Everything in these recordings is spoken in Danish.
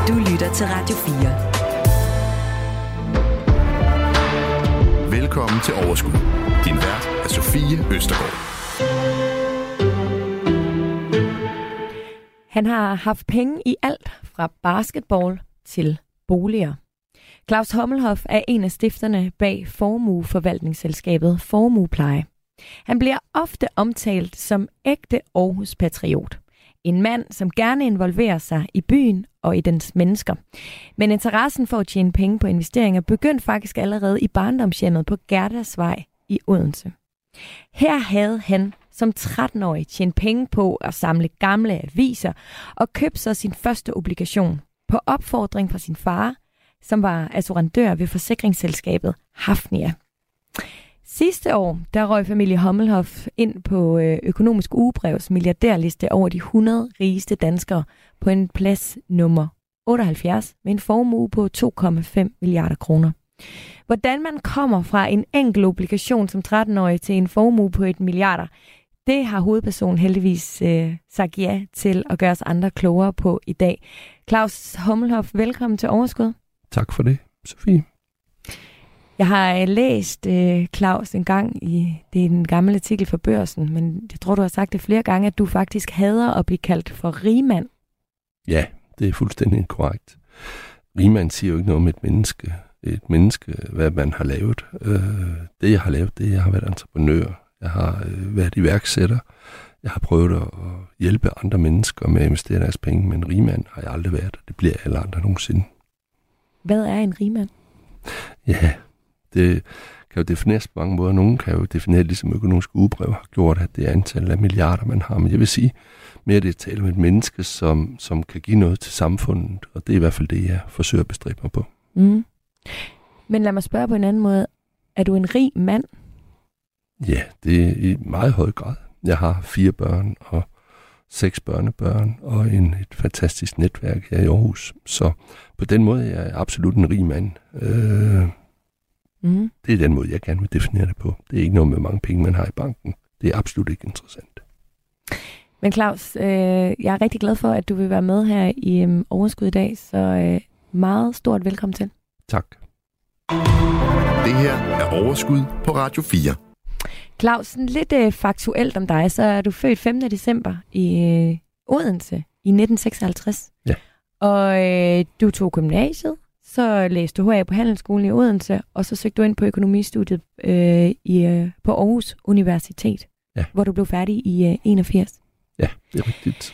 Du lytter til Radio 4. Velkommen til Overskud. Din vært er Sofie Østergaard. Han har haft penge i alt fra basketball til boliger. Claus Hommelhoff er en af stifterne bag formueforvaltningsselskabet Formuepleje. Han bliver ofte omtalt som ægte Aarhus-patriot. En mand, som gerne involverer sig i byen og i dens mennesker. Men interessen for at tjene penge på investeringer begyndte faktisk allerede i barndomshjemmet på Gerdasvej i Odense. Her havde han som 13-årig tjent penge på at samle gamle aviser og købte så sin første obligation på opfordring fra sin far, som var assurandør ved forsikringsselskabet Hafnia. Sidste år, der røg familie Hommelhoff ind på Økonomisk Ugebrevs milliardærliste over de 100 rigeste danskere på en plads nummer 78 med en formue på 2,5 milliarder kroner. Hvordan man kommer fra en enkelt obligation som 13-årig til en formue på 1 milliarder, det har hovedpersonen heldigvis sagt ja til at gøre os andre klogere på i dag. Claus Hommelhoff, velkommen til Overskud. Tak for det, Sofie. Jeg har læst Claus en gang det er en gammel artikel fra Børsen, men jeg tror, du har sagt det flere gange, at du faktisk hader at blive kaldt for rigmand. Ja, det er fuldstændig korrekt. Rigmand siger jo ikke noget om et menneske. Et menneske, hvad man har lavet. Det, jeg har lavet, det jeg har været entreprenør. Jeg har været iværksætter. Jeg har prøvet at hjælpe andre mennesker med at investere deres penge, men rigmand har jeg aldrig været, og det bliver alle andre nogensinde. Hvad er en rigmand? Ja, det kan jo defineres på mange måder. Nogle kan jo definere det, ligesom Økonomisk Ugebrev har gjort, at det er antallet af milliarder, man har. Men jeg vil sige, mere det er tale om et menneske, som kan give noget til samfundet, og det er i hvert fald det, jeg forsøger at bestræbe mig på. Mm. Men lad mig spørge på en anden måde. Er du en rig mand? Ja, det er i meget høj grad. Jeg har 4 børn og 6 børnebørn og et fantastisk netværk her i Aarhus. Så på den måde er jeg absolut en rig mand. Det er den måde, jeg gerne vil definere det på. Det er ikke noget med mange penge, man har i banken. Det er absolut ikke interessant. Men Claus, jeg er rigtig glad for, at du vil være med her i Overskud i dag. Så meget stort velkommen til. Tak. Det her er Overskud på Radio 4. Claus, lidt faktuelt om dig, så er du født 5. december i Odense i 1956. Ja. Og du tog gymnasiet, så læste du HA på Handelsskolen i Odense, og så søgte du ind på økonomistudiet på Aarhus Universitet, ja, hvor du blev færdig i 81. Ja, det er rigtigt.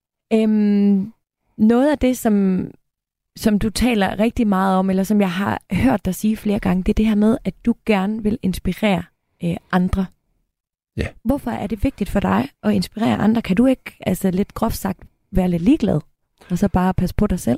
Noget af det, som du taler rigtig meget om, eller som jeg har hørt dig sige flere gange, det er det her med, at du gerne vil inspirere andre. Ja. Hvorfor er det vigtigt for dig at inspirere andre? Kan du ikke, altså lidt groft sagt, være lidt ligeglad, og så bare passe på dig selv?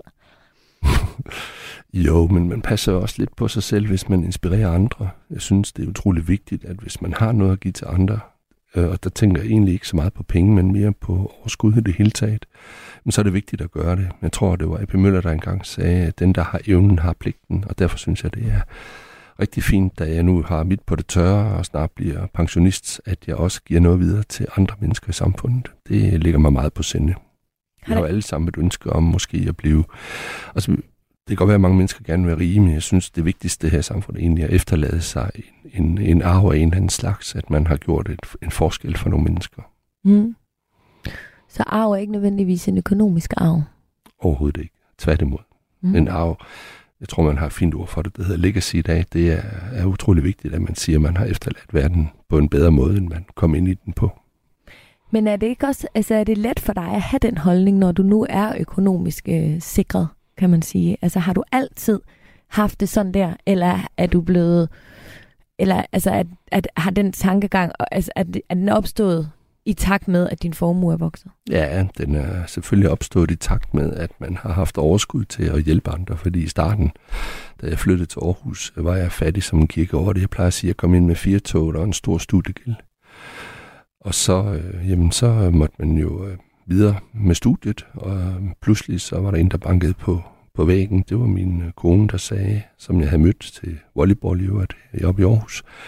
Jo, men man passer også lidt på sig selv, hvis man inspirerer andre. Jeg synes, det er utrolig vigtigt, at hvis man har noget at give til andre, og der tænker jeg egentlig ikke så meget på penge, men mere på overskud i det hele taget, men så er det vigtigt at gøre det. Jeg tror, det var A.P. Møller, der engang sagde, at den, der har evnen, har pligten, og derfor synes jeg, det er rigtig fint, da jeg nu har mit på det tørre og snart bliver pensionist, at jeg også giver noget videre til andre mennesker i samfundet. Det ligger mig meget på sinde. Vi har jo alle sammen et ønske om måske at blive... Altså, det kan godt være, at mange mennesker gerne vil være rige, men jeg synes, det vigtigste her i samfundet egentlig er at efterlade sig en arv af en eller anden slags, at man har gjort en forskel for nogle mennesker. Mm. Så arv er ikke nødvendigvis en økonomisk arv? Overhovedet ikke. Tværtimod. En arv, jeg tror, man har et fint ord for det, der hedder legacy i dag. Det er utrolig vigtigt, at man siger, at man har efterladt verden på en bedre måde, end man kom ind i den på. Men er det ikke også, altså er det let for dig at have den holdning, når du nu er økonomisk sikret, kan man sige? Altså har du altid haft det sådan der, eller er du blevet, eller altså har den tankegang, altså er den opstået i takt med, at din formue er vokset? Ja, den er selvfølgelig opstået i takt med, at man har haft overskud til at hjælpe andre, fordi i starten, da jeg flyttede til Aarhus, var jeg fattig som en kirke over det. Jeg plejer at sige, at jeg kom ind med 4 tog og en stor studiegæld. Og så, så måtte man jo videre med studiet, og pludselig så var der en, der bankede på væggen. Det var min kone, der sagde, som jeg havde mødt til volleyball i øvrigt oppe i Aarhus.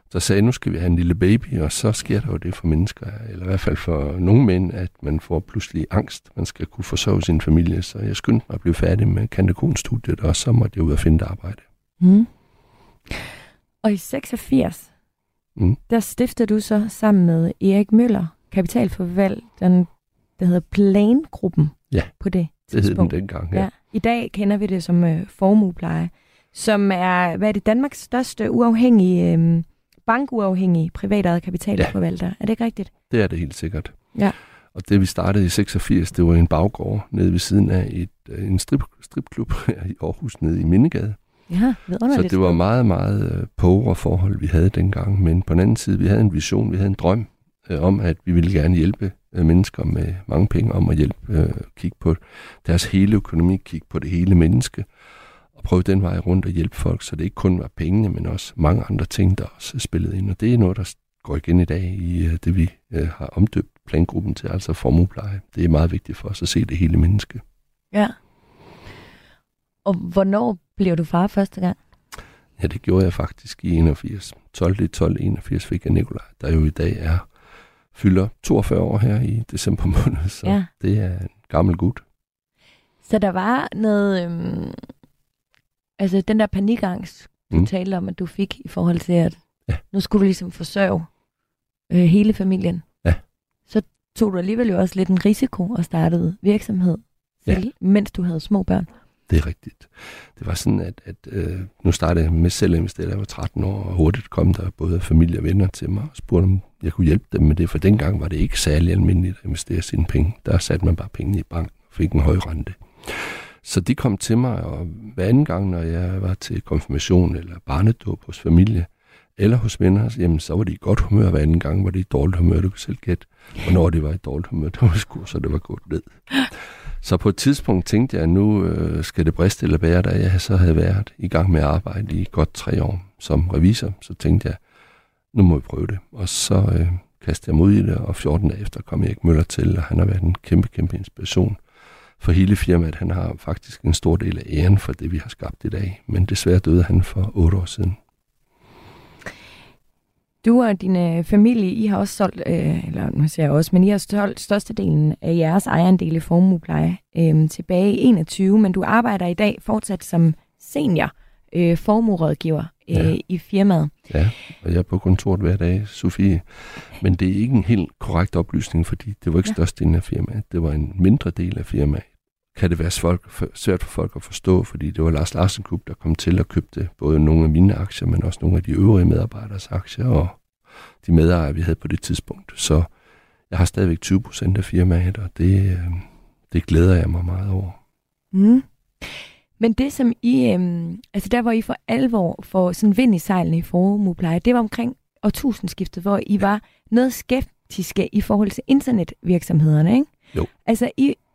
der sagde, nu skal vi have en lille baby, og så sker der jo det for mennesker, eller i hvert fald for nogle mænd, at man får pludselig angst. Man skal kunne forsørge sin familie, så jeg skyndte mig at blive færdig med kandidatstudiet, og så måtte jeg ud og finde et arbejde. Mm. Og i 86, der stiftede du så sammen med Erik Møller kapitalforvalteren, der hedder Plangruppen på det tidspunkt. Det hed den dengang, ja. I dag kender vi det som Formuepleje, som er, hvad er det, Danmarks største uafhængige, bankuafhængige privatejede kapitalforvalter. Ja. Er det ikke rigtigt? Det er det helt sikkert. Ja. Og det vi startede i 86, det var en baggård nede ved siden af en stripklub her i Aarhus, nede i Mindegade. Ja, så det var meget, meget påre forhold, vi havde dengang. Men på den anden side, vi havde en vision, vi havde en drøm om, at vi ville gerne hjælpe mennesker med mange penge om at hjælpe, kigge på deres hele økonomi, kigge på det hele menneske, og prøve den vej rundt og hjælpe folk, så det ikke kun var pengene, men også mange andre ting, der også spillede ind. Og det er noget, der går igen i dag i det, vi har omdøbt Plangruppen til, altså formuepleje. Det er meget vigtigt for os at se det hele menneske. Ja. Og hvornår blev du far første gang? Ja, det gjorde jeg faktisk i 81. 12.12.81 fik jeg Nikolaj, der jo i dag fylder 42 år her i december måned, så det er en gammel gut. Så der var noget, altså den der panikangst, du talte om, at du fik i forhold til, at nu skulle du ligesom forsørge hele familien. Ja. Så tog du alligevel jo også lidt en risiko og startede virksomhed, selv, mens du havde små børn. Det er rigtigt. Det var sådan, at nu startede jeg med selv at investere. Jeg var 13 år, og hurtigt kom der både familie og venner til mig og spurgte, om jeg kunne hjælpe dem med det. For dengang var det ikke særlig almindeligt at investere sine penge. Der satte man bare penge i banken og fik en høj rente. Så de kom til mig, og hver anden gang, når jeg var til konfirmation eller barnedåb hos familie eller hos venner, jamen, så var de i godt humør. Hver anden gang var de i dårligt humør. Du kan selv gætte, hvornår de var i dårligt humør. Det var sgu, så det var gået ned. Så på et tidspunkt tænkte jeg, at nu skal det briste eller bære, da jeg så havde været i gang med at arbejde i godt 3 år som revisor. Så tænkte jeg, nu må vi prøve det. Og så kastede jeg mod i det, og 14 dage efter kom Erik Møller til, og han har været en kæmpe, kæmpe inspiration for hele firmaet. Han har faktisk en stor del af æren for det, vi har skabt i dag. Men desværre døde han for 8 år siden. Du og din familie, I har også solgt, eller nu siger jeg også, men I har solgt størstedelen af jeres ejerandel i formuepleje tilbage i 21, men du arbejder i dag fortsat som senior formuerådgiver i firmaet. Ja, og jeg er på kontoret hver dag, Sofie. Men det er ikke en helt korrekt oplysning, fordi det var ikke størstedelen af firmaet. Det var en mindre del af firmaet. Kan det være svært for folk at forstå, fordi det var Lars Larsen Group, der kom til at købe både nogle af mine aktier, men også nogle af de øvrige medarbejderes aktier, og de medejere, vi havde på det tidspunkt. Så jeg har stadigvæk 20% af firmaet, og det glæder jeg mig meget over. Mm. Men det, som I, altså der, hvor I for alvor får sådan vind i sejlene i formuepleje, det var omkring årtusindskiftet, hvor I var noget skeptiske i forhold til internetvirksomhederne, ikke? Jo. Altså,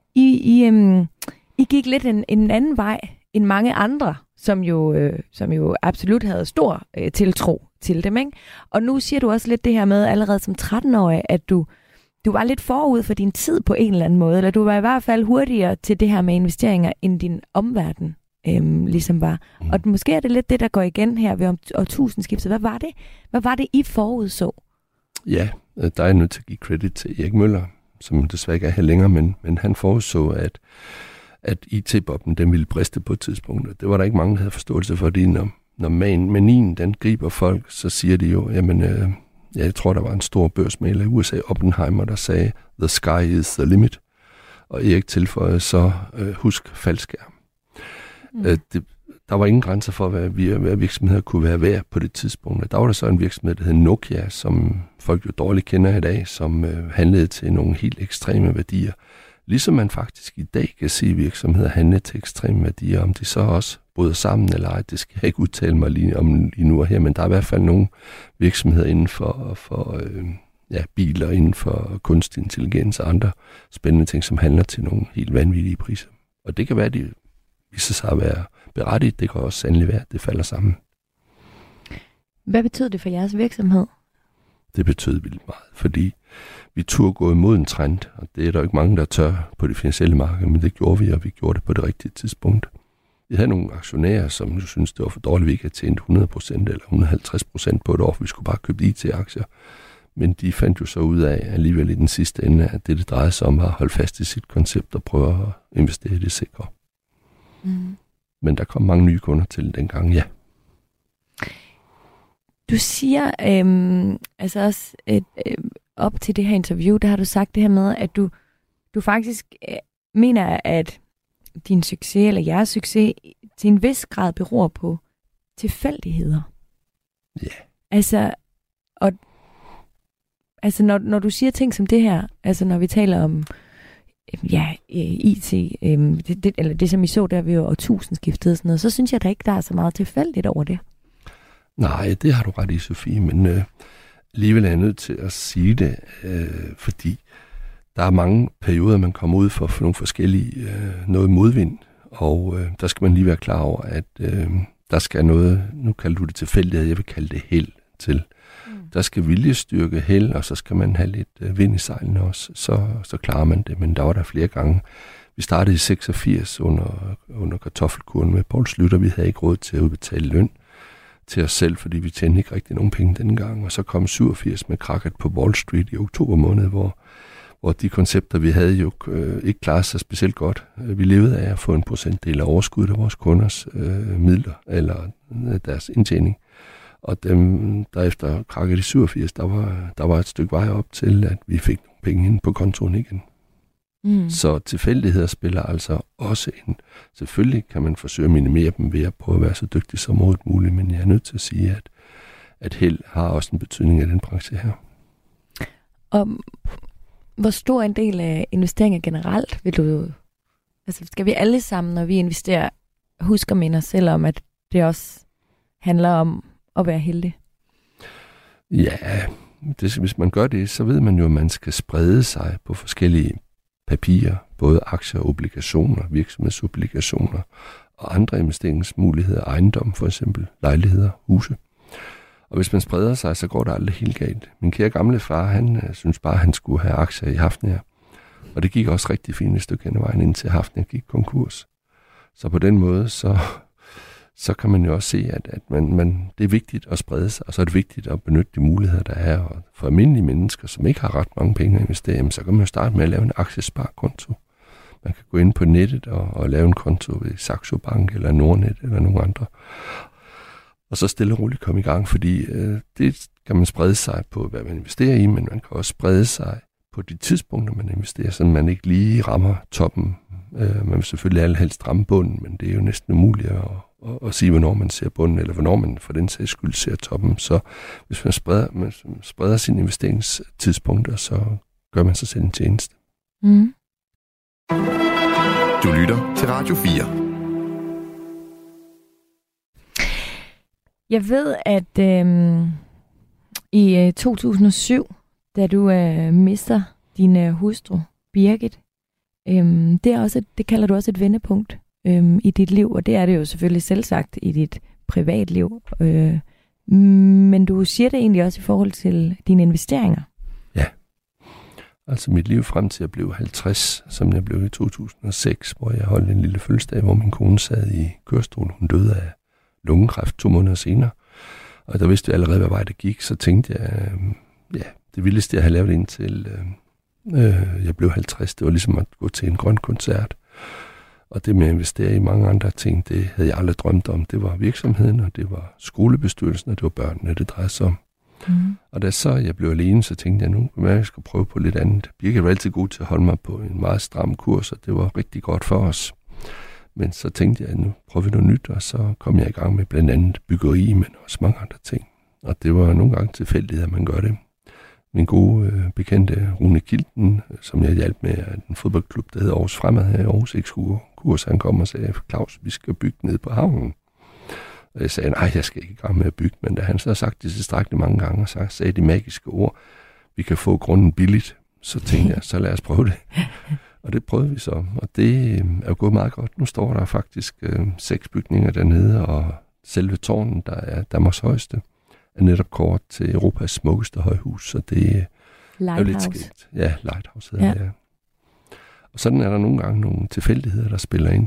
I gik lidt en anden vej end mange andre, som jo absolut havde stor tiltro til dem, ikke? Og nu siger du også lidt det her med, allerede som 13-årig, at du var lidt forud for din tid på en eller anden måde, eller du var i hvert fald hurtigere til det her med investeringer, end din omverden ligesom var. Og måske er det lidt det, der går igen her ved årtusindskiftet. Hvad var det, I forudså? Ja, der er jeg nødt til at give credit til Erik Møller, som desværre ikke er her længere, men han forudså, at IT-boblen, den ville briste på et tidspunkt. Det var der ikke mange, der havde forståelse for det. Når manien, den griber folk, så siger de jo, jamen, jeg tror, der var en stor børsmægler i USA, Oppenheimer, der sagde, the sky is the limit. Og Erik tilføjede så, husk faldskærm. Der var ingen grænser for, hvad virksomheder kunne være værd på det tidspunkt. Der var der så en virksomhed, der hed Nokia, som folk jo dårligt kender i dag, som handlede til nogle helt ekstreme værdier. Ligesom man faktisk i dag kan se virksomheder handle til ekstreme værdier, om de så også bryder sammen eller ej, det skal jeg ikke udtale mig lige nu og her, men der er i hvert fald nogle virksomheder inden for biler, inden for kunstig intelligens og andre spændende ting, som handler til nogle helt vanvittige priser. Og det kan være, at de viser sig at være berettiget, det kan også sandelig være, at det falder sammen. Hvad betød det for jeres virksomhed? Det betød vildt meget, fordi vi turde gå imod en trend, og det er der ikke mange, der tør på det finansielle marked, men det gjorde vi, og vi gjorde det på det rigtige tidspunkt. Vi havde nogle aktionærer, som synes det var for dårligt, vi ikke havde tjent 100% eller 150% på et år, vi skulle bare købe IT-aktier. Men de fandt jo så ud af alligevel i den sidste ende, at det drejede sig om at holde fast i sit koncept og prøve at investere i det sikre. Mm. Men der kom mange nye kunder til dengang, ja. Du siger, altså også op til det her interview, der har du sagt det her med, at du faktisk mener, at din succes eller jeres succes til en vis grad beror på tilfældigheder. Ja. Yeah. Altså, når du siger ting som det her, altså når vi taler om IT, eller det som I så der ved årtusindskiftet og sådan noget, så synes jeg da ikke, der er så meget tilfældigt over det. Nej, det har du ret i, Sofie, men alligevel er jeg nødt til at sige det, fordi der er mange perioder, man kommer ud for nogle forskellige noget modvind, og der skal man lige være klar over, at der skal noget, nu kalder du det tilfældighed, jeg vil kalde det held til. Der skal viljestyrke, held, og så skal man have lidt vind i sejlene også, så klarer man det. Men der var der flere gange. Vi startede i 86 under kartoffelkuren med Poul Schlüter. Vi havde ikke råd til at udbetale løn til os selv, fordi vi tjente ikke rigtig nogen penge dengang. Og så kom 87 med krakket på Wall Street i oktober måned, hvor de koncepter, vi havde jo ikke klarede sig specielt godt. Vi levede af at få en procentdel af overskuddet af vores kunders midler, eller deres indtjening. Og dem, der efter krakket i 87, der var et stykke vej op til, at vi fik nogle penge ind på kontoen igen. Mm. Så tilfældigheder spiller altså også ind. Selvfølgelig kan man forsøge at minimere dem ved at prøve at være så dygtig som overhovedet muligt, men jeg er nødt til at sige, at held har også en betydning af den branche her. Og hvor stor en del af investeringer generelt vil du... Altså skal vi alle sammen, når vi investerer, huske at minde os selv om, at det også handler om at være heldig? Ja, hvis man gør det, så ved man jo, at man skal sprede sig på forskellige papirer, både aktier, obligationer, virksomhedsobligationer og andre investeringsmuligheder, ejendom for eksempel, lejligheder, huse. Og hvis man spreder sig, så går det aldrig helt galt. Min kære gamle far, han synes bare, at han skulle have aktier i Hafnia. Og det gik også rigtig fint et stykke hen ad vejen, indtil Hafnia gik konkurs. Så på den måde, så kan man jo også se, at det er vigtigt at sprede sig, og så er det vigtigt at benytte de muligheder, der er. Og for almindelige mennesker, som ikke har ret mange penge at investere, så kan man jo starte med at lave en aktiesparekonto. Man kan gå ind på nettet og lave en konto ved Saxo Bank eller Nordnet eller nogle andre. Og så stille og roligt komme i gang, fordi det kan man sprede sig på, hvad man investerer i, men man kan også sprede sig på de tidspunkter, man investerer, så man ikke lige rammer toppen. Man vil selvfølgelig allerhelst ramme bunden, men det er jo næsten umuligt at sige, hvornår man ser bunden, eller hvornår man for den sags skyld ser toppen. Så hvis man spreder sine investeringstidspunkter, så gør man sig selv en tjeneste. Mm. Du lytter til Radio 4. Jeg ved, at i 2007, da du mister din hustru, Birgit, det kalder du også et vendepunkt i dit liv, og det er det jo selvfølgelig selvsagt i dit privatliv. Men du siger det egentlig også i forhold til dine investeringer. Ja, altså mit liv frem til at blive 50, som jeg blev i 2006, hvor jeg holdt en lille fødselsdag, hvor min kone sad i kørestol. Hun døde af lungekræft 2 måneder senere. Og der vidste jeg allerede, hvad vej det gik, så tænkte jeg, det vildeste, jeg havde lavet indtil jeg blev 50, det var ligesom at gå til en grøn koncert. Og det med at investere i mange andre ting, det havde jeg aldrig drømt om. Det var virksomheden, og det var skolebestyrelsen, og det var børnene, det drejede sig om. Mm. Og da så jeg blev alene, så tænkte jeg, nu kan jeg skal prøve på lidt andet. Birgit var altid god til at holde mig på en meget stram kurs, og det var rigtig godt for os. Men så tænkte jeg, nu prøver vi noget nyt, og så kom jeg i gang med blandt andet byggeri, men også mange andre ting. Og det var nogle gange tilfældigt, at man gør det. Min gode bekendte Rune Kilden, som jeg hjalp med af en fodboldklub, der hedder Aarhus Fremad her i Aarhus Ekskurs, han kom og sagde, Claus, vi skal bygge ned på havnen. Og jeg sagde, nej, jeg skal ikke i gang med at bygge, men da han så havde sagt det tilstrækkeligt mange gange, og så sagde de magiske ord, vi kan få grunden billigt, så tænkte jeg, så lad os prøve det. Og det prøvede vi så, og det er jo gået meget godt. Nu står der faktisk 6 bygninger dernede, og selve tårnen, der er Danmarks højeste, er netop kort til Europas smukkeste højhus, så det er jo lidt skægt. Ja, Lighthouse hedder det. Og sådan er der nogle gange nogle tilfældigheder, der spiller ind.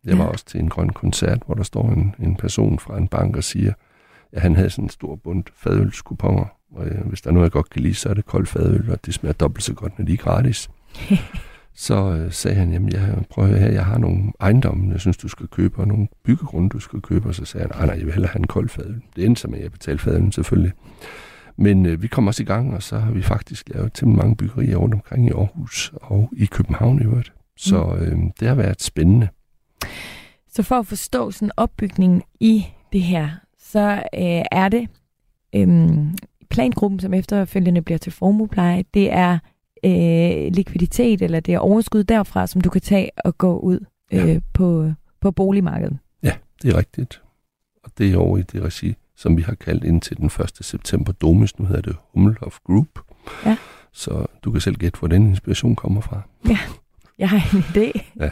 Jeg var også til en grøn koncert, hvor der står en person fra en bank og siger, at han havde sådan en stor bund fadølskuponer, og hvis der er noget, jeg godt kan lide, så er det kold fadøl, og det smager dobbelt så godt, når de er gratis. Så sagde han, jamen jeg har nogle ejendomme, jeg synes, du skal købe, og nogle byggegrunde, du skal købe, og så sagde han, nej, jeg vil hellere have en kold fadøl. Det endte så med, at jeg betalte fadølen selvfølgelig. Men vi kom også i gang, og så har vi faktisk lavet temmelig mange byggerier rundt omkring i Aarhus og i København i øvrigt. Så det har været spændende. Så for at forstå sådan opbygningen i det her, så er det plangruppen, som efterfølgende bliver til formuepleje. Det er likviditet, eller det er overskud derfra, som du kan tage og gå ud på boligmarkedet. Ja, det er rigtigt. Og det er over i det regi, som vi har kaldt indtil den 1. september Domus. Nu hedder det Hummelhof Group. Ja. Så du kan selv gætte, hvor den inspiration kommer fra. Ja, jeg har en idé. Ja.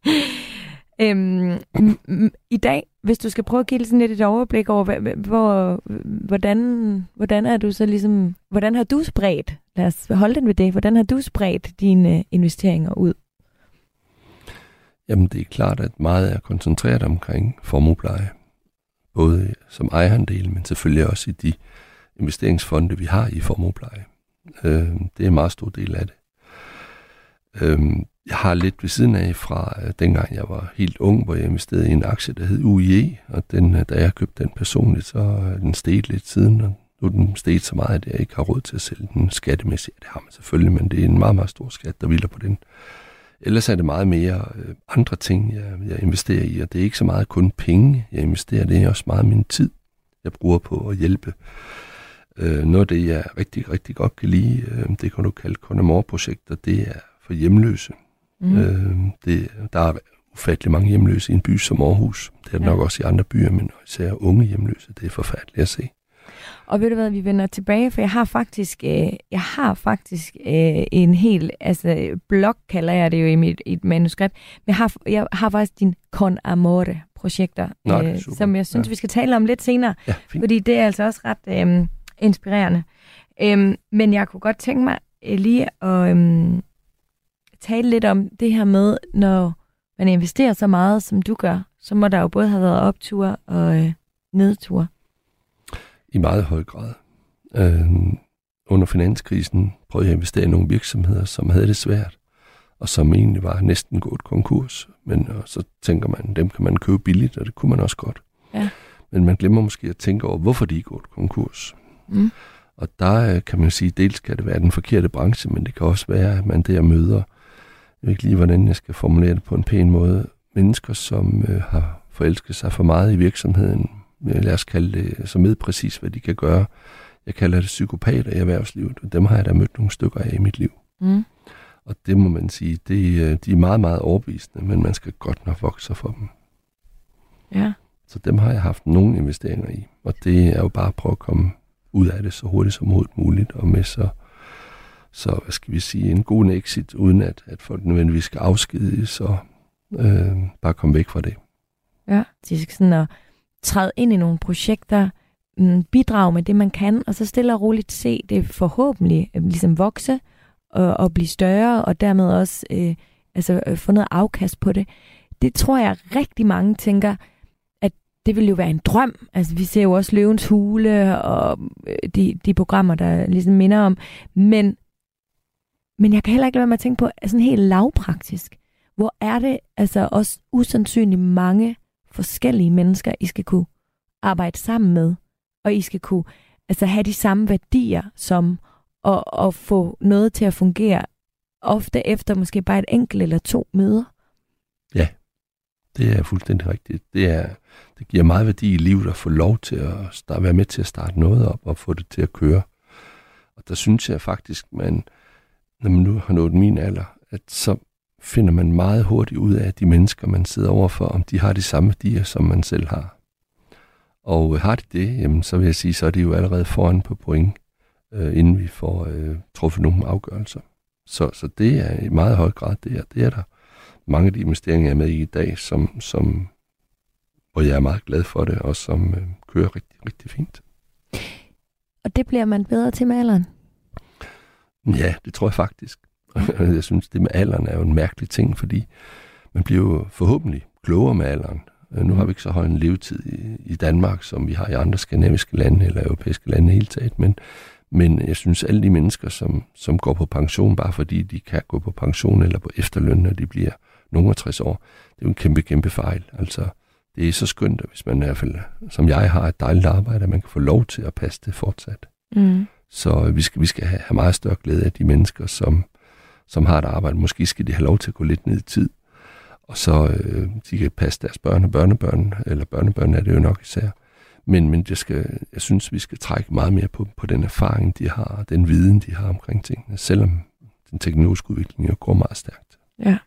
I dag, hvis du skal prøve at give sådan lidt et overblik over, hvordan er du så ligesom, hvordan har du spredt, lad os holde den ved det, hvordan har du spredt dine investeringer ud? Jamen det er klart, at meget er koncentreret omkring formuepleje, både som ejerandel, men selvfølgelig også i de investeringsfonde, vi har i formuepleje. Det er en meget stor del af det. Jeg har lidt ved siden af fra dengang jeg var helt ung, hvor jeg investerede i en aktie, der hed UIE, og da jeg købte den personligt, så er den steget lidt siden, og nu er den steget så meget, at jeg ikke har råd til at sælge den skattemæssigt. Det har man selvfølgelig, men det er en meget, meget stor skat, der hviler på den. Ellers er det meget mere andre ting, jeg investerer i, og det er ikke så meget kun penge, jeg investerer, det er også meget min tid, jeg bruger på at hjælpe. Noget af det, jeg rigtig, rigtig godt kan lide, det kan du kalde Connemore-projekter, det er for hjemløse. Der er ufattelig mange hjemløse i en by som Aarhus. Det er nok også i andre byer, men især unge hjemløse. Det er forfærdeligt at se. Og ved du hvad, vi vender tilbage, for jeg har faktisk en hel, blog kalder jeg det jo i et manuskript, men jeg har faktisk din Con Amore-projekter, som jeg synes, vi skal tale om lidt senere, fordi det er altså også ret inspirerende. Men jeg kunne godt tænke mig lige at tale lidt om det her med, når man investerer så meget, som du gør, så må der jo både have været opture og nedture. I meget høj grad. Under finanskrisen prøvede jeg at investere i nogle virksomheder, som havde det svært, og som egentlig var næsten gået konkurs. Men så tænker man, dem kan man købe billigt, og det kunne man også godt. Ja. Men man glemmer måske at tænke over, hvorfor de er gået konkurs. Og der kan man sige, dels kan det være den forkerte branche, men det kan også være, at man der møder, jeg ved ikke lige, hvordan jeg skal formulere det på en pæn måde, mennesker, som har forelsket sig for meget i virksomheden. Lad os kalde det, som ved præcis, hvad de kan gøre. Jeg kalder det psykopater i erhvervslivet, og dem har jeg da mødt nogle stykker af i mit liv. Og det må man sige, de er meget, meget overbevisende, men man skal godt nok vokse for dem. Ja. Så dem har jeg haft nogle investeringer i, og det er jo bare at prøve at komme ud af det så hurtigt som muligt, og med så hvad skal vi sige, en god exit, uden at folk nødvendigvis skal afskediges, og bare komme væk fra det. Ja, det er sådan at træde ind i nogle projekter, bidrage med det, man kan, og så stille og roligt se det forhåbentlig ligesom vokse og blive større, og dermed også få noget afkast på det. Det tror jeg rigtig mange tænker, at det vil jo være en drøm. Altså vi ser jo også Løvens Hule og de programmer, der ligesom minder om, men jeg kan heller ikke lade være med at tænke på sådan helt lavpraktisk. Hvor er det altså også usandsynligt mange forskellige mennesker, I skal kunne arbejde sammen med, og I skal kunne have de samme værdier som at få noget til at fungere, ofte efter måske bare et enkelt eller 2 møder. Ja, det er fuldstændig rigtigt. Det giver meget værdi i livet at få lov til at være med til at starte noget op og få det til at køre. Og der synes jeg faktisk, når man nu har nået min alder, at så finder man meget hurtigt ud af, at de mennesker, man sidder overfor, om de har de samme værdier, som man selv har. Og har de det, jamen, så vil jeg sige, så er de jo allerede foran på point, inden vi får truffet nogle afgørelser. Så det er i meget høj grad det er der mange af de investeringer, jeg er med i dag, hvor jeg er meget glad for det, og som kører rigtig, rigtig fint. Og det bliver man bedre til med alderen? Ja, det tror jeg faktisk. Jeg synes, det med alderen er jo en mærkelig ting, fordi man bliver jo forhåbentlig klogere med alderen. Nu har vi ikke så høj en levetid i Danmark, som vi har i andre skandinaviske lande eller europæiske lande hele taget, men jeg synes, alle de mennesker, som går på pension, bare fordi de kan gå på pension eller på efterløn, når de bliver nogle af 60 år, det er jo en kæmpe, kæmpe fejl. Altså, det er så skønt, at hvis man i hvert fald, som jeg har et dejligt arbejde, at man kan få lov til at passe det fortsat. Mm. Så vi skal have meget større glæde af de mennesker, som har et arbejde. Måske skal de have lov til at gå lidt ned i tid, og så de kan passe deres børn og børnebørn, eller børnebørn er det jo nok især. Men jeg synes, vi skal trække meget mere på den erfaring, de har, den viden, de har omkring tingene, selvom den teknologiske udvikling går meget stærkt. Ja.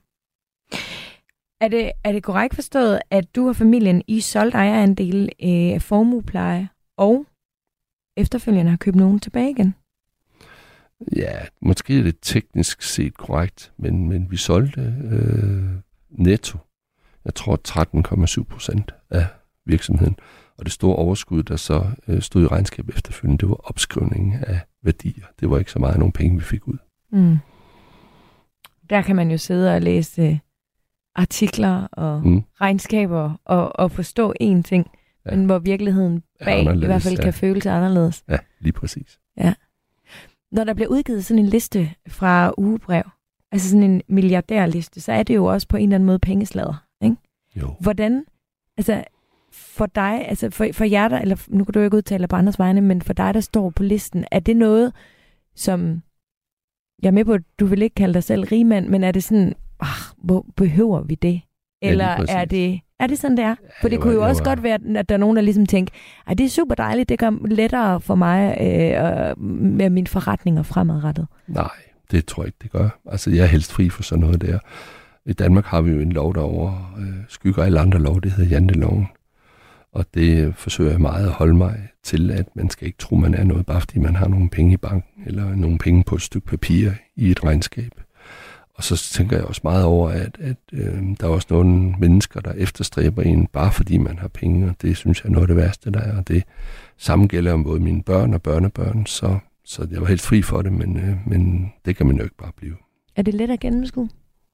Er det korrekt forstået, at du og familien I solgt ejerandel af formuepleje, og efterfølgende har købt nogen tilbage igen? Ja, måske er det teknisk set korrekt, men vi solgte netto, jeg tror 13,7% af virksomheden. Og det store overskud, der så stod i regnskab efterfølgende, det var opskrivningen af værdier. Det var ikke så meget nogle penge, vi fik ud. Mm. Der kan man jo sidde og læse artikler og regnskaber og forstå én ting, men hvor virkeligheden bag i hvert fald kan føles anderledes. Ja, lige præcis. Ja. Når der bliver udgivet sådan en liste fra Ugebrev, altså sådan en milliardærliste, så er det jo også på en eller anden måde pengeslader, ikke? Jo. Hvordan, altså for dig, altså for jer der, eller nu kan du jo ikke udtale på andres vegne, men for dig, der står på listen, er det noget, som, jeg er med på, at du vil ikke kalde dig selv rigmand, men er det sådan, behøver vi det? Eller er det sådan, det er? For det kunne jo også godt være, at der er nogen, der ligesom tænker, det er super dejligt, det gør lettere for mig med mine forretninger fremadrettet. Nej, det tror jeg ikke, det gør. Altså, jeg er helst fri for sådan noget der. I Danmark har vi jo en lov, der skygger alle andre lov, det hedder janteloven. Og det forsøger jeg meget at holde mig til, at man skal ikke tro, man er noget, bare fordi man har nogle penge i banken, eller nogle penge på et stykke papir i et regnskab. Og så tænker jeg også meget over, at der er også nogle mennesker, der efterstræber en, bare fordi man har penge, og det synes jeg er noget af det værste, der er. Og det samme gælder om både mine børn og børnebørn, så jeg var helt fri for det, men det kan man jo ikke bare blive. Er det let at gennemskue?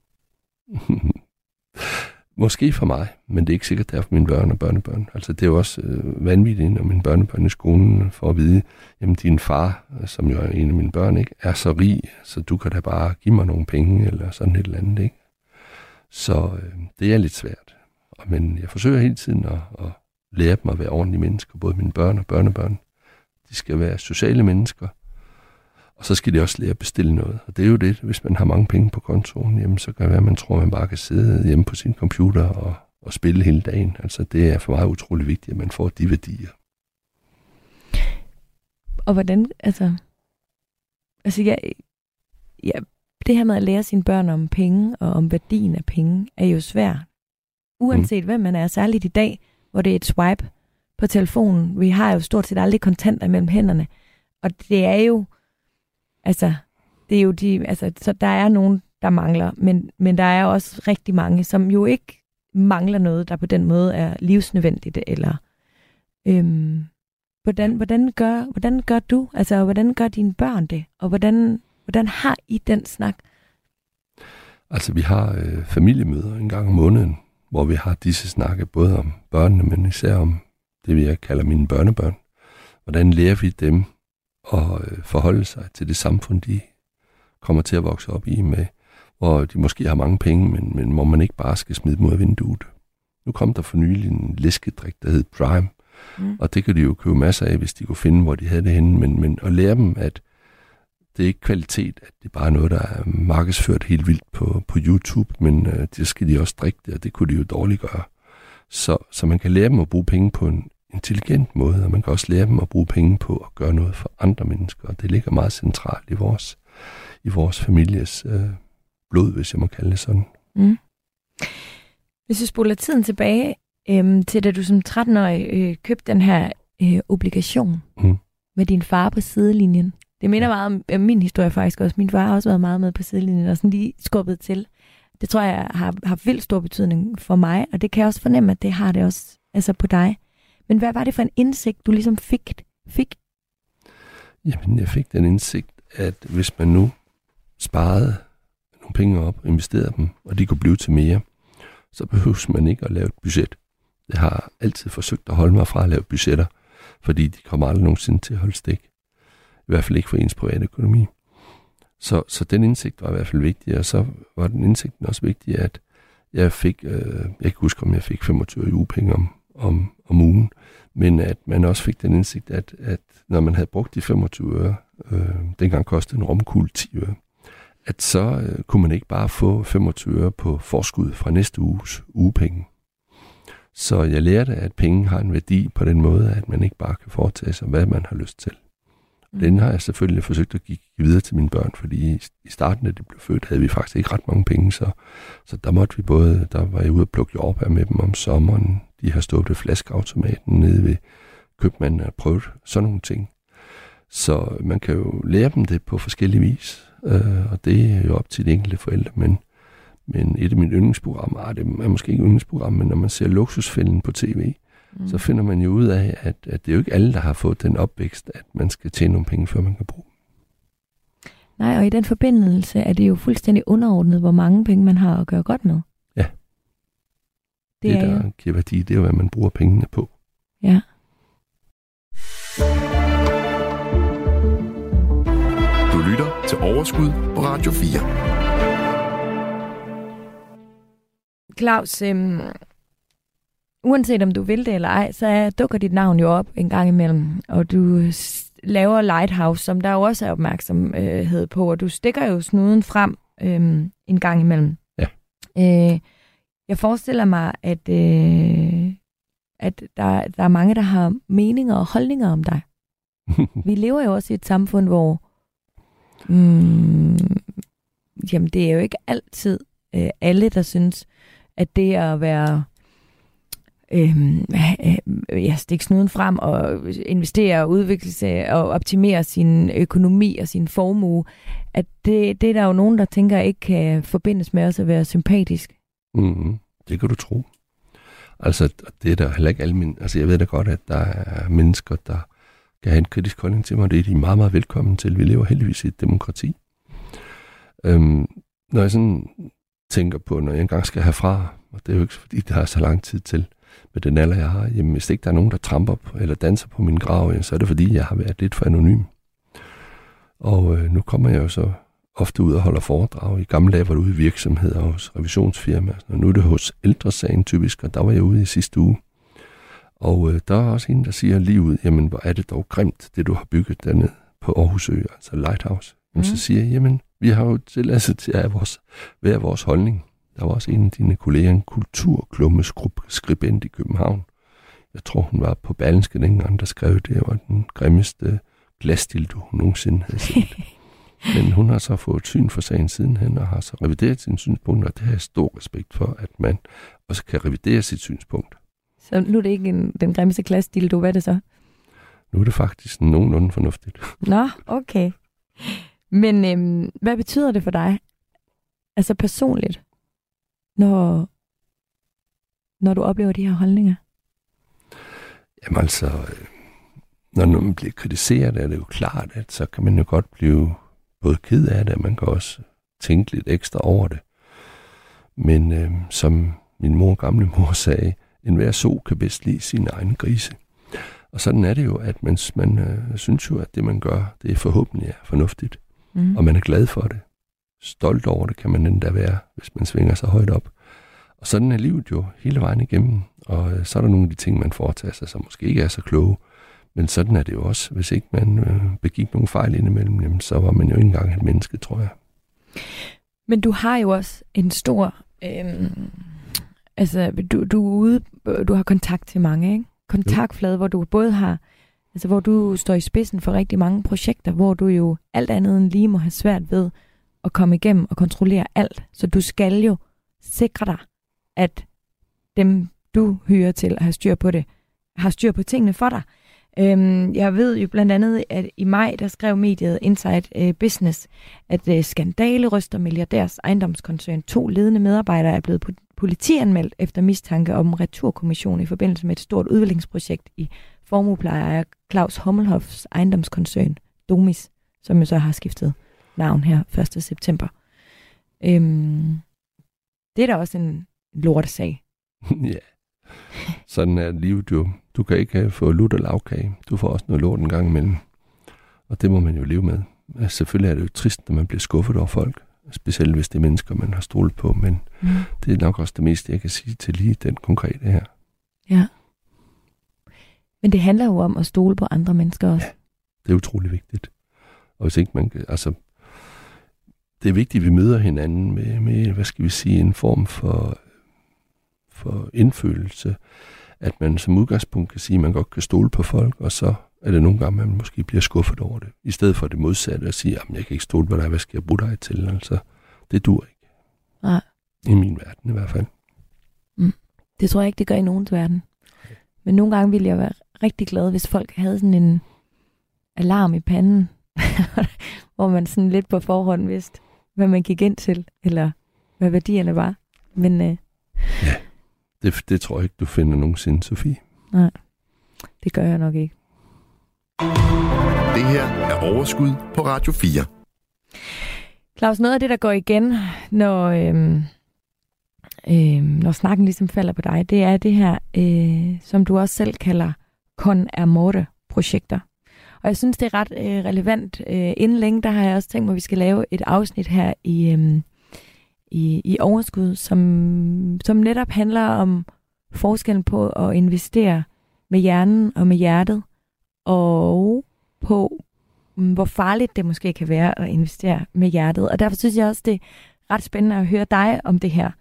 Måske for mig, men det er ikke sikkert, det er for mine børn og børnebørn. Altså, det er jo også vanvittigt, når mine børnebørn i skolen får at vide, jamen din far, som jo er en af mine børn, ikke, er så rig, så du kan da bare give mig nogle penge, eller sådan et eller andet, ikke? Så det er lidt svært. Men jeg forsøger hele tiden at lære dem at være ordentlige mennesker, både mine børn og børnebørn. De skal være sociale mennesker, og så skal de også lære at bestille noget. Og det er jo det, hvis man har mange penge på kontoen, jamen, så kan det være, at man tror, at man bare kan sidde hjemme på sin computer og spille hele dagen. Altså, det er for mig utrolig vigtigt, at man får de værdier. Og hvordan, altså det her med at lære sine børn om penge og om værdien af penge, er jo svært. Uanset hvem man er, særligt i dag, hvor det er et swipe på telefonen. Vi har jo stort set aldrig kontanter mellem hænderne. Og det er jo, det er jo så der er nogen, der mangler, men der er også rigtig mange, som jo ikke mangler noget, der på den måde er livsnødvendigt, eller hvordan gør du, altså hvordan gør dine børn det, og hvordan har I den snak? Altså vi har familiemøder en gang om måneden, hvor vi har disse snakke både om børnene, men især om det, jeg kalder mine børnebørn. Hvordan lærer vi dem at forholde sig til det samfund, de kommer til at vokse op i, med, hvor de måske har mange penge, men hvor man ikke bare skal smide dem ud af vinduet. Nu kom der for nylig en læskedrik, der hed Prime, og det kan de jo købe masser af, hvis de kunne finde, hvor de havde det henne, men at lære dem, at det er ikke kvalitet, at det bare er noget, der er markedsført helt vildt på YouTube, men det skal de også drikke det, og det kunne de jo dårligt gøre. Så man kan lære dem at bruge penge på en intelligent måde, og man kan også lære dem at bruge penge på at gøre noget for andre mennesker, og det ligger meget centralt i vores families blod, hvis jeg må kalde det sådan. Mm. Hvis du spoler tiden tilbage til da du som 13-årig købte den her obligation med din far på sidelinjen. Det minder meget om min historie faktisk også. Min far har også været meget med på sidelinjen og sådan lige skubbet til. Det tror jeg har vildt stor betydning for mig, og det kan jeg også fornemme, at det har det også altså på dig. Men hvad var det for en indsigt, du ligesom fik? Jamen, jeg fik den indsigt, at hvis man nu sparede nogle penge op, investerede dem, og de kunne blive til mere, så behøves man ikke at lave et budget. Jeg har altid forsøgt at holde mig fra at lave budgetter, fordi de kommer aldrig nogensinde til at holde stik. I hvert fald ikke for ens private økonomi. Så den indsigt var i hvert fald vigtig, og så var den indsigt også vigtig, at jeg fik, jeg kan ikke huske, om jeg fik 25 ugepenge om ugen, men at man også fik den indsigt, at når man havde brugt de 25 øre, dengang kostede en romkugle 10 øre, at så kunne man ikke bare få 25 øre på forskud fra næste uges ugepenge. Så jeg lærte, at penge har en værdi på den måde, at man ikke bare kan foretage sig, hvad man har lyst til. Og den har jeg selvfølgelig forsøgt at give videre til mine børn, fordi i starten, da de blev født, havde vi faktisk ikke ret mange penge, så der måtte vi der var jeg ude og plukke jordbær med dem om sommeren. De har stået ved flaskeautomaten nede ved købmanden og prøvet sådan nogle ting. Så man kan jo lære dem det på forskellige vis, og det er jo op til de enkelte forældre, men et af mine yndlingsprogrammer, det er måske ikke yndlingsprogram, men når man ser Luksusfælden på tv, så finder man jo ud af, at det er jo ikke alle, der har fået den opvækst, at man skal tjene nogle penge, før man kan bruge dem. Nej, og i den forbindelse er det jo fuldstændig underordnet, hvor mange penge man har at gøre godt med. Ja. Det der giver værdi, det er jo, hvad man bruger pengene på. Ja. Du lytter til Overskud på Radio 4. Claus, uanset om du vil det eller ej, så dukker dit navn jo op en gang imellem, og du laver Lighthouse, som der jo også er opmærksomhed på, og du stikker jo snuden frem en gang imellem. Ja. Jeg forestiller mig, at der er mange, der har meninger og holdninger om dig. Vi lever jo også i et samfund, hvor jamen det er jo ikke altid alle, der synes, at det at være stikke snuden frem og investere og udvikle sig og optimere sin økonomi og sin formue, at det er der jo nogen, der tænker ikke kan forbindes med os at være sympatisk. Det kan du tro. Altså, det er der heller ikke alle altså, jeg ved da godt, at der er mennesker, der kan have en kritisk holdning til mig, og det er de meget, meget velkommen til. Vi lever heldigvis i et demokrati. Når jeg sådan tænker på, når jeg engang skal herfra, og det er jo ikke fordi, der er så lang tid til med den alder, jeg har, jamen hvis ikke der er nogen, der tramper på, eller danser på min grav, så er det fordi, jeg har været lidt for anonym. Og nu kommer jeg jo så ofte ud og holder foredrag. I gamle dage var det ude i virksomheder og hos revisionsfirmaer, og nu er det hos Ældresagen typisk, og der var jeg ude i sidste uge. Og der er også en, der siger lige ud, jamen hvor er det dog grimt, det du har bygget dernede på Aarhus Ø, altså Lighthouse. Men så siger jeg, jamen vi har jo tilladelse til at være vores holdning. Der var også en af dine kolleger, en kulturklummeskribent i København. Jeg tror, hun var på Berlingske dengang, der skrev, det var den grimmeste glasdildo, hun nogensinde havde set. Men hun har så fået syn for sagen sidenhen, og har så revideret sine synspunkter, og det har jeg stor respekt for, at man også kan revidere sit synspunkt. Så nu er det ikke den grimmeste glasdildo, hvad er det så? Nu er det faktisk nogenlunde fornuftigt. Nå, okay. Men hvad betyder det for dig, altså personligt, når du oplever de her holdninger? Jamen altså, når man bliver kritiseret, er det jo klart, at så kan man jo godt blive både ked af det, og man kan også tænke lidt ekstra over det. Men som min gamle mor sagde, enhver so kan bedst lide sin egen grise. Og sådan er det jo, at man synes jo, at det man gør, det er forhåbentlig fornuftigt. Og man er glad for det. Stolt over det kan man endda være, hvis man svinger sig højt op. Og sådan er livet jo hele vejen igennem. Og så er der nogle af de ting, man foretager sig, som måske ikke er så kloge. Men sådan er det jo også. Hvis ikke man begik nogle fejl indimellem, jamen, så var man jo ikke engang et menneske, tror jeg. Men du har jo også en stor... du er ude, du har kontakt til mange, ikke? Kontaktflade, hvor du både har... Altså, hvor du står i spidsen for rigtig mange projekter, hvor du jo alt andet end lige må have svært ved at komme igennem og kontrollere alt. Så du skal jo sikre dig, at dem, du hyrer til at have styr på det, har styr på tingene for dig. Jeg ved jo blandt andet, at i maj, der skrev mediet Inside Business, at skandale ryster milliardærs ejendomskoncern. 2 ledende medarbejdere er blevet politianmeldt efter mistanke om returkommission i forbindelse med et stort udviklingsprojekt i formueplejer af Claus Hommelhoffs ejendomskoncern, Domis, som jo så har skiftet navn her 1. september. Det er da også lortesag. Ja, sådan er livet jo. Du kan ikke få lutter lavkage. Du får også noget lort en gang imellem. Og det må man jo leve med. Altså, selvfølgelig er det jo trist, når man bliver skuffet over folk. Specielt hvis det er mennesker, man har stolet på. Men det er nok også det meste, jeg kan sige til lige den konkrete her. Ja. Men det handler jo om at stole på andre mennesker også. Ja, det er utrolig vigtigt. Og hvis ikke man kan, altså, det er vigtigt, at vi møder hinanden med hvad skal vi sige, en form for indfølelse, at man som udgangspunkt kan sige, at man godt kan stole på folk, og så er det nogle gange, man måske bliver skuffet over det. I stedet for det modsatte at sige, at jeg kan ikke stole på dig, hvad skal jeg bruge dig til? Altså, det dur ikke. Nej. I min verden i hvert fald. Det tror jeg ikke, det gør i nogens verden. Men nogle gange ville jeg være rigtig glad, hvis folk havde sådan en alarm i panden, hvor man sådan lidt på forhånd vidste, hvad man gik ind til, eller hvad værdierne var. Men ja, det tror jeg ikke, du finder nogensinde, Sofie. Nej, det gør jeg nok ikke. Det her er Overskud på Radio 4. Claus, noget af det, der går igen, når snakken ligesom falder på dig, det er det her, som du også selv kalder con amore-projekter. Og jeg synes, det er ret relevant. Inden længe, der har jeg også tænkt mig, at vi skal lave et afsnit her i Overskud, som netop handler om forskellen på at investere med hjernen og med hjertet, og på, hvor farligt det måske kan være at investere med hjertet. Og derfor synes jeg også, det er ret spændende at høre dig om det her.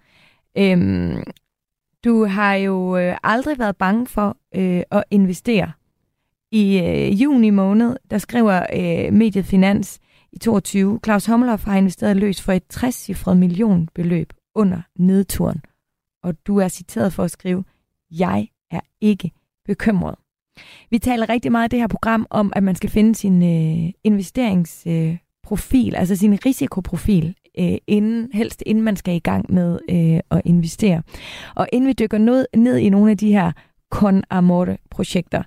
Du har jo aldrig været bange for at investere. I juni måned, der skriver mediet Finans i 22, Claus Hommelhoff har investeret løs for et 60-cifret millionbeløb under nedturen. Og du er citeret for at skrive, jeg er ikke bekymret. Vi taler rigtig meget i det her program om, at man skal finde sin investeringsprofil, altså sin risikoprofil, helst inden man skal i gang med at investere. Og inden vi dykker ned i nogle af de her con amore-projekter,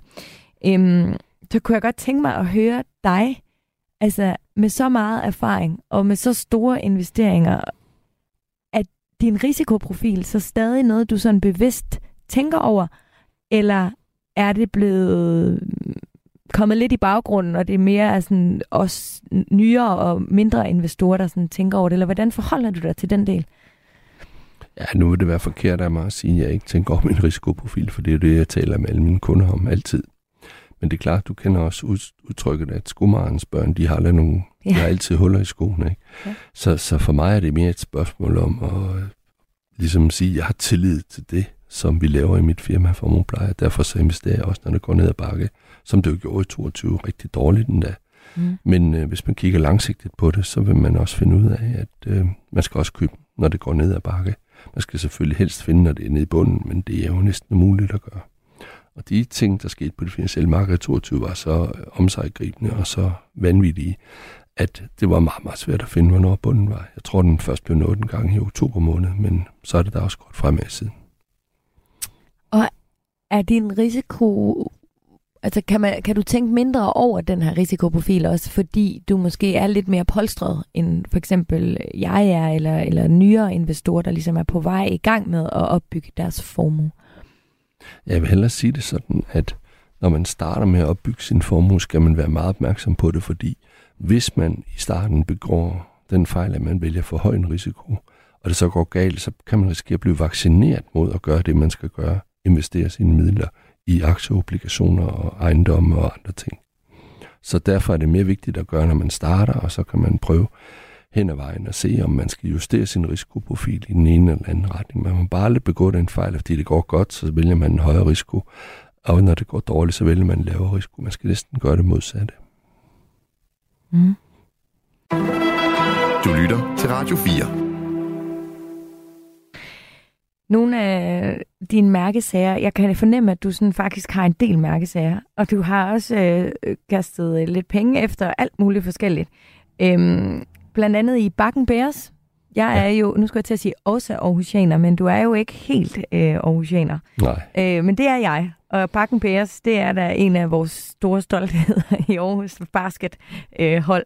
så kunne jeg godt tænke mig at høre dig, altså med så meget erfaring og med så store investeringer, at din risikoprofil så stadig noget, du sådan bevidst tænker over, eller er det blevet kommet lidt i baggrunden, og det er mere sådan os nyere og mindre investorer, der sådan tænker over det, eller hvordan forholder du dig til den del? Ja, nu vil det være forkert af mig at sige, at jeg ikke tænker over min risikoprofil, for det er det, jeg taler med alle mine kunder om altid. Men det er klart, du kender også udtrykket, at skomagerens børn, de har de har altid huller i skoene. Ikke? Ja. Så for mig er det mere et spørgsmål om at ligesom sige, at jeg har tillid til det, som vi laver i mit firma Formuepleje. Derfor så investerer jeg også, når det går ned ad bakke, som det jo gjorde i 22 rigtig dårligt endda. Men hvis man kigger langsigtet på det, så vil man også finde ud af, at man skal også købe, når det går ned ad bakke. Man skal selvfølgelig helst finde, når det er nede i bunden, men det er jo næsten umuligt at gøre. Og de ting, der skete på det finansielle marked i 22, var så omsiggribende og så vanvittige, at det var meget, meget svært at finde, hvornår bunden var. Jeg tror, den først blev nået en gang i oktober måned, men så er det da også godt fremad siden. Og er din risiko, altså kan du tænke mindre over den her risikoprofil også, fordi du måske er lidt mere polstret, end for eksempel jeg er, eller nyere investorer, der ligesom er på vej i gang med at opbygge deres formue? Jeg vil hellere sige det sådan, at når man starter med at opbygge sin formue, skal man være meget opmærksom på det, fordi hvis man i starten begår den fejl, at man vælger for høj en risiko, og det så går galt, så kan man risikere at blive vaccineret mod at gøre det, man skal gøre, investere sine midler i aktieobligationer og ejendomme og andre ting. Så derfor er det mere vigtigt at gøre, når man starter, og så kan man prøve hen ad vejen og se, om man skal justere sin risikoprofil i den ene eller anden retning. Man må bare aldrig begå den fejl, fordi det går godt, så vælger man en højere risiko, og når det går dårligt, så vælger man en lavere risiko. Man skal næsten gøre det modsatte. Du lytter til Radio 4. Nogle af dine mærkesager, jeg kan fornemme, at du sådan faktisk har en del mærkesager, og du har også kastet lidt penge efter alt muligt forskelligt. Blandt andet i Bakken Bears. Jeg er jo, nu skal jeg til at sige også aarhusianer, men du er jo ikke helt aarhusianer. Nej. Men det er jeg, og Bakken Bears, det er da en af vores store stoltheder i Aarhus baskethold.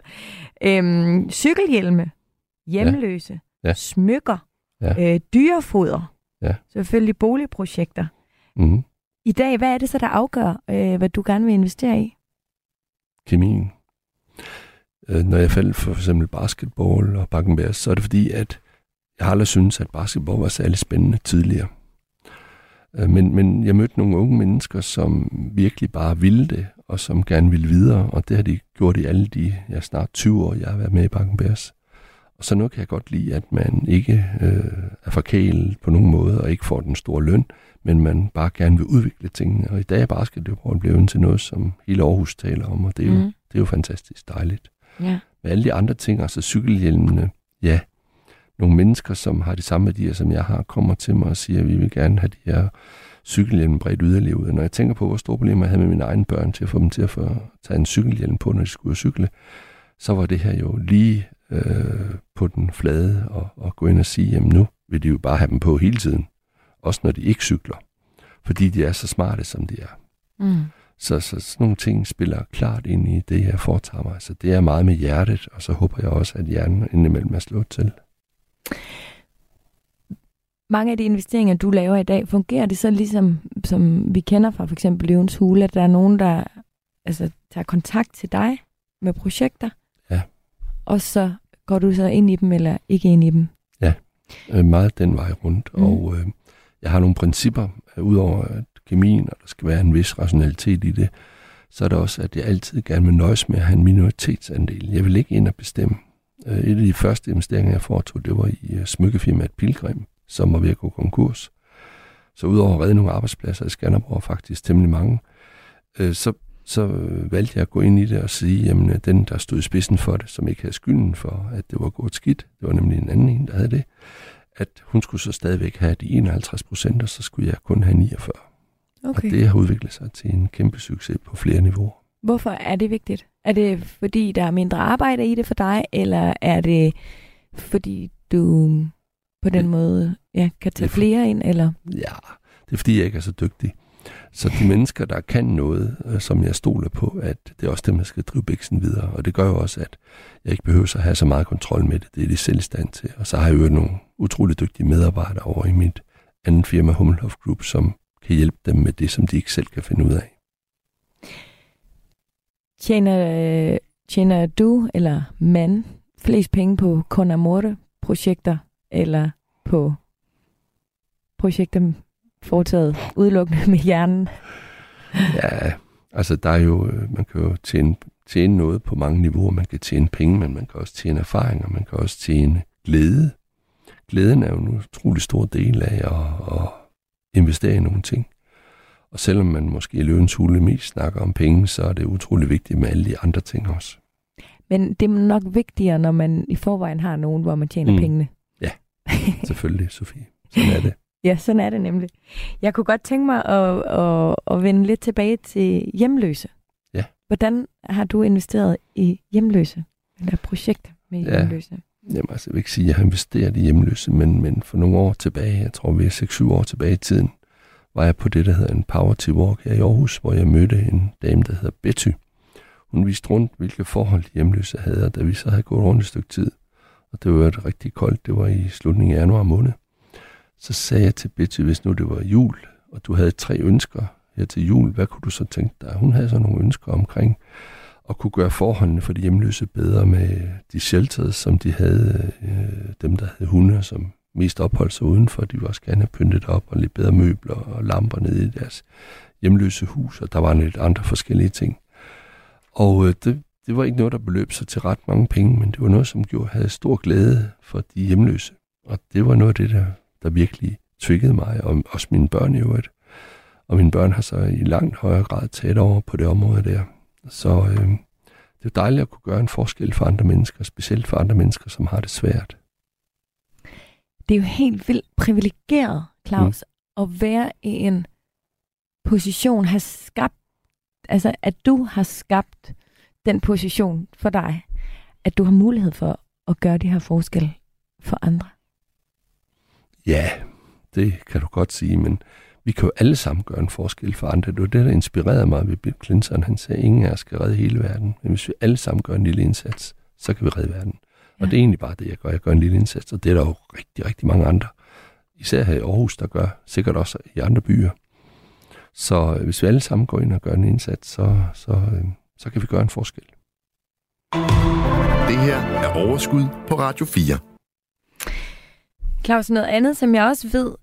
Cykelhjelme, hjemløse, smykker, dyrefoder, Ja. Selvfølgelig boligprojekter. Mm. I dag, hvad er det så, der afgør, hvad du gerne vil investere i? Kemien. Når jeg faldt for eksempel basketball og bakkenbærs, så er det fordi, at jeg har aldrig syntes, at basketball var særlig spændende tidligere. Men jeg mødte nogle unge mennesker, som virkelig bare ville det, og som gerne ville videre, og det har de gjort i alle de snart 20 år, jeg har været med i bakkenbærs. Og så nu kan jeg godt lide, at man ikke er forkælet på nogen måde, og ikke får den store løn, men man bare gerne vil udvikle tingene. Og i dag er basketball blevet til noget, som hele Aarhus taler om, og det er jo fantastisk dejligt. Ja. Med alle de andre ting, altså cykelhjelmene, ja, nogle mennesker, som har de samme værdier, som jeg har, kommer til mig og siger, at vi vil gerne have de her cykelhjelme bredt yderligere ud. Når jeg tænker på, hvor store problemer jeg havde med mine egne børn til at få dem til at få tage en cykelhjelm på, når de skulle cykle, så var det her jo lige på den flade og gå ind og sige, jamen nu vil de jo bare have dem på hele tiden. Også når de ikke cykler. Fordi de er så smarte, som de er. Mm. Så sådan nogle ting spiller klart ind i det, jeg foretager mig. Så det er meget med hjertet, og så håber jeg også, at hjernen indimellem er slået til. Mange af de investeringer, du laver i dag, fungerer det så ligesom, som vi kender fra for eksempel Løvens Hule, at der er nogen, der tager kontakt til dig med projekter, ja. Og så går du så ind i dem, eller ikke ind i dem? Ja, meget den vej rundt, og jeg har nogle principper, udover at kemien, og der skal være en vis rationalitet i det, så er det også, at jeg altid gerne vil nøjes med at have en minoritetsandel. Jeg vil ikke ind og bestemme. Et af de første investeringer, jeg foretog, det var i smykkefirmaet Pilgrim, som var ved at gå konkurs. Så udover at redde nogle arbejdspladser i Skanderborg, faktisk temmelig mange, så valgte jeg at gå ind i det og sige, jamen den, der stod i spidsen for det, som ikke havde skylden for, at det var gået skidt, det var nemlig en anden, der havde det, at hun skulle så stadigvæk have de 51%, og så skulle jeg kun have 49%. Okay. Og det har udviklet sig til en kæmpe succes på flere niveauer. Hvorfor er det vigtigt? Er det fordi, der er mindre arbejde i det for dig, eller er det fordi, du på den måde kan tage flere ind? Eller? Ja, det er fordi, jeg ikke er så dygtig. Så de mennesker, der kan noget, som jeg stoler på, at det er også dem, der skal drive biksen videre. Og det gør jo også, at jeg ikke behøver at have så meget kontrol med det. Det er de selv i stand til. Og så har jeg jo nogle utrolig dygtige medarbejdere over i mit andet firma, Hummelhof Group, som kan hjælpe dem med det, som de ikke selv kan finde ud af. Tjener du eller mand flest penge på con amore-projekter, eller på projekter foretaget udelukkende med hjernen? Ja, altså der er jo, man kan jo tjene noget på mange niveauer. Man kan tjene penge, men man kan også tjene erfaringer, man kan også tjene glæde. Glæden er jo en utrolig stor del af at investere i nogle ting. Og selvom man måske i Løvens Hule mest snakker om penge, så er det utrolig vigtigt med alle de andre ting også. Men det er nok vigtigere, når man i forvejen har nogen, hvor man tjener pengene. Ja, selvfølgelig, Sofie. Sådan er det. Ja, sådan er det nemlig. Jeg kunne godt tænke mig at vende lidt tilbage til hjemløse. Ja. Hvordan har du investeret i hjemløse? Eller projekter med hjemløse? Jamen altså, jeg vil ikke sige, at jeg har investeret i hjemløse, men for nogle år tilbage, jeg tror vi er 6-7 år tilbage i tiden, var jeg på det, der hedder en Poverty Walk her i Aarhus, hvor jeg mødte en dame, der hedder Betty. Hun viste rundt, hvilke forhold de hjemløse havde, og da vi så havde gået rundt et stykke tid, og det var et rigtig koldt, det var i slutningen af januar måned, så sagde jeg til Betty, hvis nu det var jul, og du havde 3 ønsker her til jul, hvad kunne du så tænke dig? Hun havde så nogle ønsker omkring at kunne gøre forholdene for de hjemløse bedre med de shelters, som de havde, dem der havde hunde, som mest opholdt sig udenfor. De ville også gerne have pyntet op og lidt bedre møbler og lamper nede i deres hjemløse hus, og der var lidt andre forskellige ting. Og det var ikke noget, der beløb sig til ret mange penge, men det var noget, som havde stor glæde for de hjemløse. Og det var noget af det, der virkelig triggede mig, og også mine børn i øvrigt. Og mine børn har så i langt højere grad taget over på det område der. Så det er dejligt at kunne gøre en forskel for andre mennesker, specielt for andre mennesker, som har det svært. Det er jo helt vildt privilegeret, Claus, at være i en position, at du har skabt den position for dig, at du har mulighed for at gøre de her forskel for andre. Ja, det kan du godt sige, men vi kan jo alle sammen gøre en forskel for andre. Det var det, der inspirerede mig ved Bill Clinton. Han sagde, at ingen af os skal redde hele verden, men hvis vi alle sammen gør en lille indsats, så kan vi redde verden. Ja. Og det er egentlig bare det, jeg gør. Jeg gør en lille indsats, og det er der jo rigtig, rigtig mange andre især her i Aarhus, der gør, sikkert også i andre byer. Så hvis vi alle sammen går ind og gør en indsats, så kan vi gøre en forskel. Det her er Overskud på Radio 4. Claus, noget andet, som jeg også ved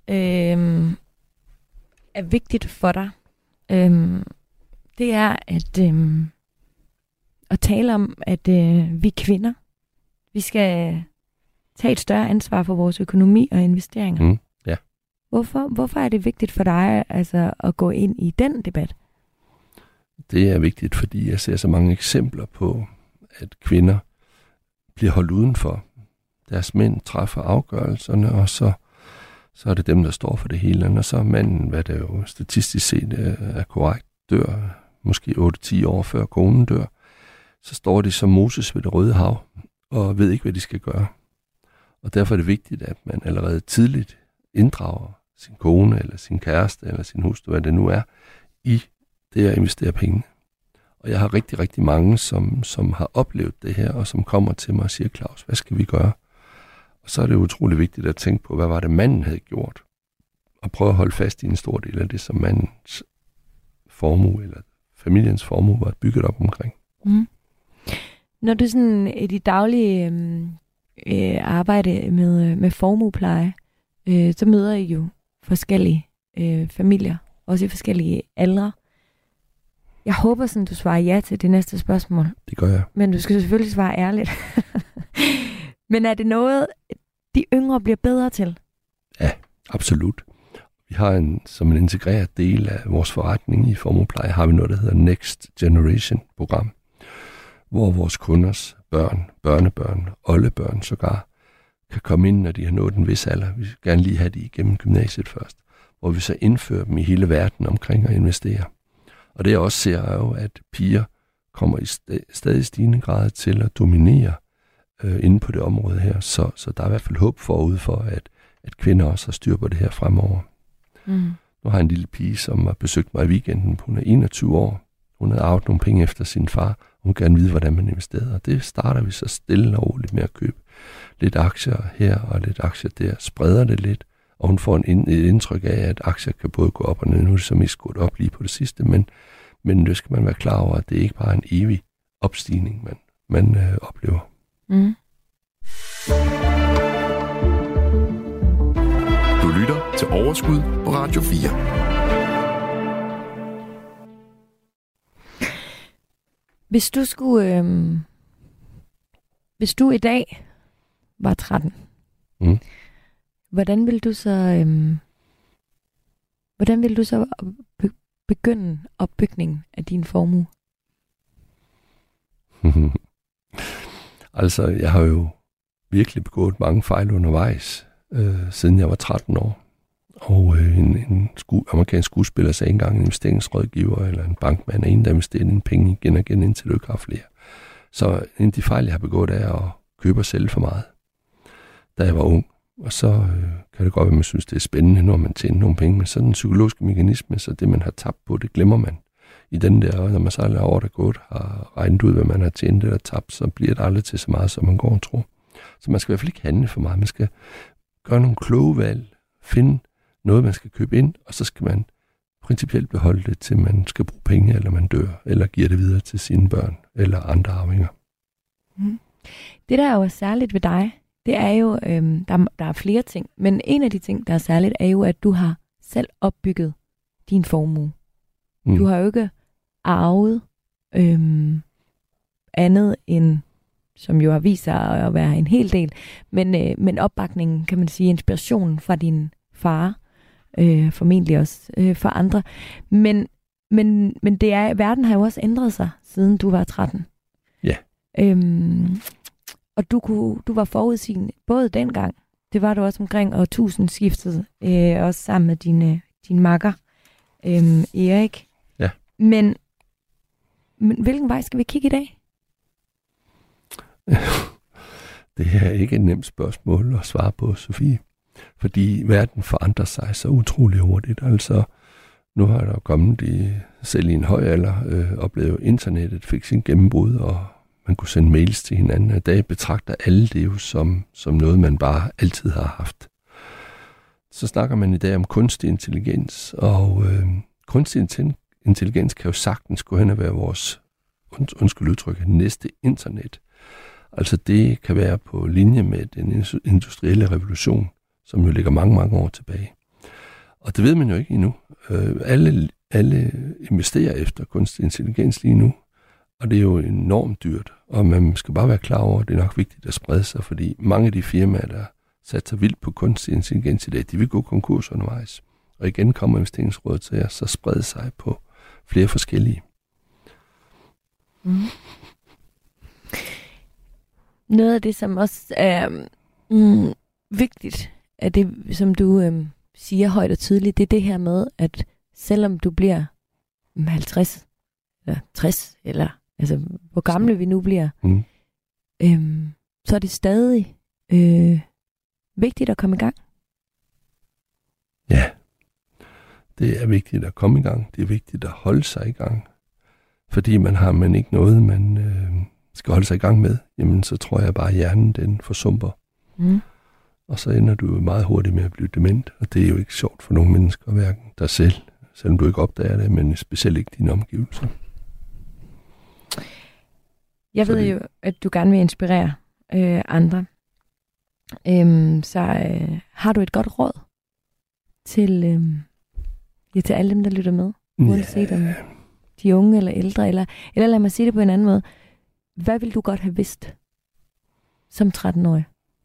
er vigtigt for dig, det er at tale om, at vi kvinder, vi skal tage et større ansvar for vores økonomi og investeringer. Ja. Hvorfor er det vigtigt for dig altså, at gå ind i den debat? Det er vigtigt, fordi jeg ser så mange eksempler på, at kvinder bliver holdt udenfor. Deres mænd træffer afgørelserne, og så er det dem, der står for det hele. Og så er manden, hvad det jo statistisk set er korrekt, dør måske 8-10 år før konen dør. Så står de som Moses ved det Røde Hav og ved ikke, hvad de skal gøre. Og derfor er det vigtigt, at man allerede tidligt inddrager sin kone, eller sin kæreste, eller sin hustru, hvad det nu er, i det at investere penge. Og jeg har rigtig, rigtig mange, som har oplevet det her, og som kommer til mig og siger, Claus, hvad skal vi gøre? Og så er det utrolig vigtigt at tænke på, hvad var det, manden havde gjort? Og prøve at holde fast i en stor del af det, som mandens formue, eller familiens formue, var bygget op omkring. Mm. Når du sådan i dit daglige arbejde med formuepleje, så møder I jo forskellige familier, også i forskellige aldre. Jeg håber sådan, du svarer ja til det næste spørgsmål. Det gør jeg. Men du skal selvfølgelig svare ærligt. Men er det noget, de yngre bliver bedre til? Ja, absolut. Vi har som en integreret del af vores forretning i formuepleje, har vi noget, der hedder Next Generation-program, hvor vores kunders børn, børnebørn, oldebørn sågar, kan komme ind, når de har nået en vis alder. Vi vil gerne lige have de igennem gymnasiet først, hvor vi så indfører dem i hele verden omkring at investere. Og det jeg også ser er jo, at piger kommer i stadig stigende grad til at dominere inde på det område her. Så der er i hvert fald håb forud for, at kvinder også har styr på det her fremover. Mm. Nu har jeg en lille pige, som har besøgt mig i weekenden. Hun er 21 år. Hun har arvet nogle penge efter sin far. Hun vil gerne vide, hvordan man investerer. Og det starter vi så stille og roligt med at købe lidt aktier her og lidt aktier der. Spreder det lidt. Og hun får et indtryk af, at aktier kan både gå op og ned. Nu er det så mest gået op lige på det sidste. Men det skal man være klar over, at det ikke bare er en evig opstigning, man oplever. Mm. Du lytter til Overskud på Radio 4. Hvis du i dag var 13, hvordan vil du så begynde opbygningen af din formue? Altså, jeg har jo virkelig begået mange fejl undervejs, siden jeg var 13 år. Og en amerikansk skuespiller sagde engang, en investeringsrådgiver eller en bankmand er en, der investerer dine penge igen og igen, indtil du ikke har flere. Så en af de fejl, jeg har begået, er at købe og sælge for meget, da jeg var ung. Og så kan det godt være, at man synes, det er spændende, når man tjener nogle penge. Men så den psykologiske mekanisme, så det, man har tabt på, det glemmer man. I den der, og når man så er over det godt har regnet ud, hvad man har tjent eller tabt, så bliver det aldrig til så meget, som man går og tror. Så man skal i hvert fald ikke handle for meget. Man skal gøre nogle kloge valg, finde noget, man skal købe ind, og så skal man principielt beholde det, til man skal bruge penge, eller man dør, eller giver det videre til sine børn, eller andre arvinger. Mm. Det, der er jo særligt ved dig, det er jo, der er flere ting, men en af de ting, der er særligt, er jo, at du har selv opbygget din formue. Du har jo ikke arvet andet end, som jo har vist sig at være en hel del, men opbakningen, kan man sige, inspirationen fra din far, formentlig også for andre. Men det er, verden har jo også ændret sig, siden du var 13. Ja. Og du var forudsigende, både dengang, det var du også omkring årtusindskiftet, også sammen med din makker, Erik. Ja. Men hvilken vej skal vi kigge i dag? Det er ikke et nemt spørgsmål at svare på, Sofie. Fordi verden forandrer sig så utrolig hurtigt. Altså, nu har der kommet selv i en høj alder oplevet internettet fik sin gennembrud, og man kunne sende mails til hinanden. I dag betragter alle det jo som noget, man bare altid har haft. så snakker man i dag om kunstig intelligens, og kunstig intelligens kan jo sagtens gå hen og være vores, undskyld udtrykket, næste internet. Altså det kan være på linje med den industrielle revolution, som jo ligger mange, mange år tilbage. Og det ved man jo ikke endnu. Alle investerer efter kunstig intelligens lige nu, og det er jo enormt dyrt. Og man skal bare være klar over, at det er nok vigtigt at sprede sig, fordi mange af de firmaer, der satser vildt på kunstig intelligens i dag, de vil gå konkurs undervejs. Og igen kommer investeringsrådet til at så sprede sig på flere forskellige. Mm. Noget af det, som også er vigtigt, er det, som du siger højt og tydeligt, det er det her med, at selvom du bliver 50 eller 60, eller altså hvor gamle vi nu bliver, så er det stadig vigtigt at komme i gang. Ja, det er vigtigt at komme i gang. Det er vigtigt at holde sig i gang. Fordi man ikke noget, man skal holde sig i gang med, jamen så tror jeg bare, at hjernen den forsumper. Mm. Og så ender du meget hurtigt med at blive dement, og det er jo ikke sjovt for nogle mennesker, hverken dig selv, selvom du ikke opdager det, men specielt ikke dine omgivelser. Jeg ved jo, at du gerne vil inspirere andre. Så har du et godt råd til alle dem, der lytter med? Uanset om de unge eller ældre, eller lad mig sige det på en anden måde. Hvad vil du godt have vidst som 13-årig?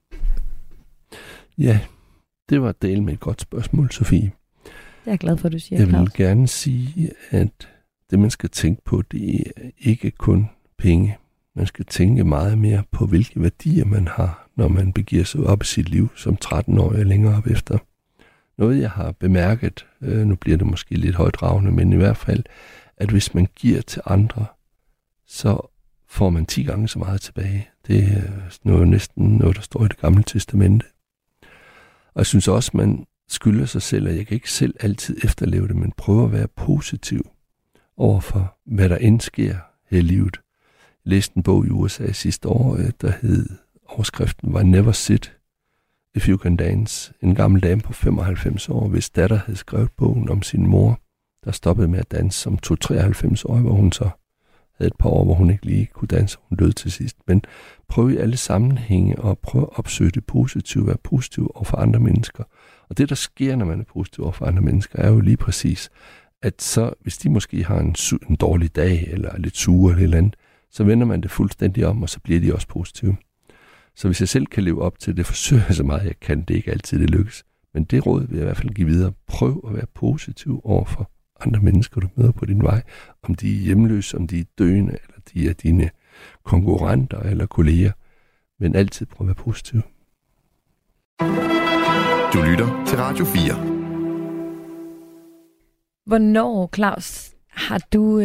Ja, det var del med et godt spørgsmål, Sofie. Det er jeg glad for, at du siger, Jeg vil Claus. gerne sige, at det, man skal tænke på, det er ikke kun penge. Man skal tænke meget mere på, hvilke værdier man har, når man begiver sig op i sit liv som 13-årig og længere op efter. Noget, jeg har bemærket, nu bliver det måske lidt højdragende, men i hvert fald, at hvis man giver til andre, så får man 10 gange så meget tilbage. Det er næsten noget, der står i Det Gamle Testamente. Og jeg synes også, man skylder sig selv, at jeg kan ikke selv altid efterleve det, men prøve at være positiv overfor, hvad der end sker her i livet. Jeg læste en bog i USA sidste år, der hed, overskriften var Never Sit If You Can Dance. En gammel dame på 95 år, hvis datter havde skrevet bogen om sin mor, der stoppede med at danse som 93 år, hvor hun så havde et par år, hvor hun ikke lige kunne danse, hun døde til sidst. Men prøv i alle sammenhænge og prøv at opsøge det positive, være positiv over for andre mennesker. Og det, der sker, når man er positiv over for andre mennesker, er jo lige præcis, at så, hvis de måske har en dårlig dag, eller er lidt sure eller et eller andet, så vender man det fuldstændig om, og så bliver de også positive. Så hvis jeg selv kan leve op til det, forsøger jeg så meget, jeg kan. Det er ikke altid, det lykkes. Men det råd vil jeg i hvert fald give videre. Prøv at være positiv over for andre mennesker, du møder på din vej. Om de er hjemløse, om de er døende, eller de er dine konkurrenter eller kolleger. Men altid prøv at være positiv. Du lytter til Radio 4. Hvornår, Claus, har du...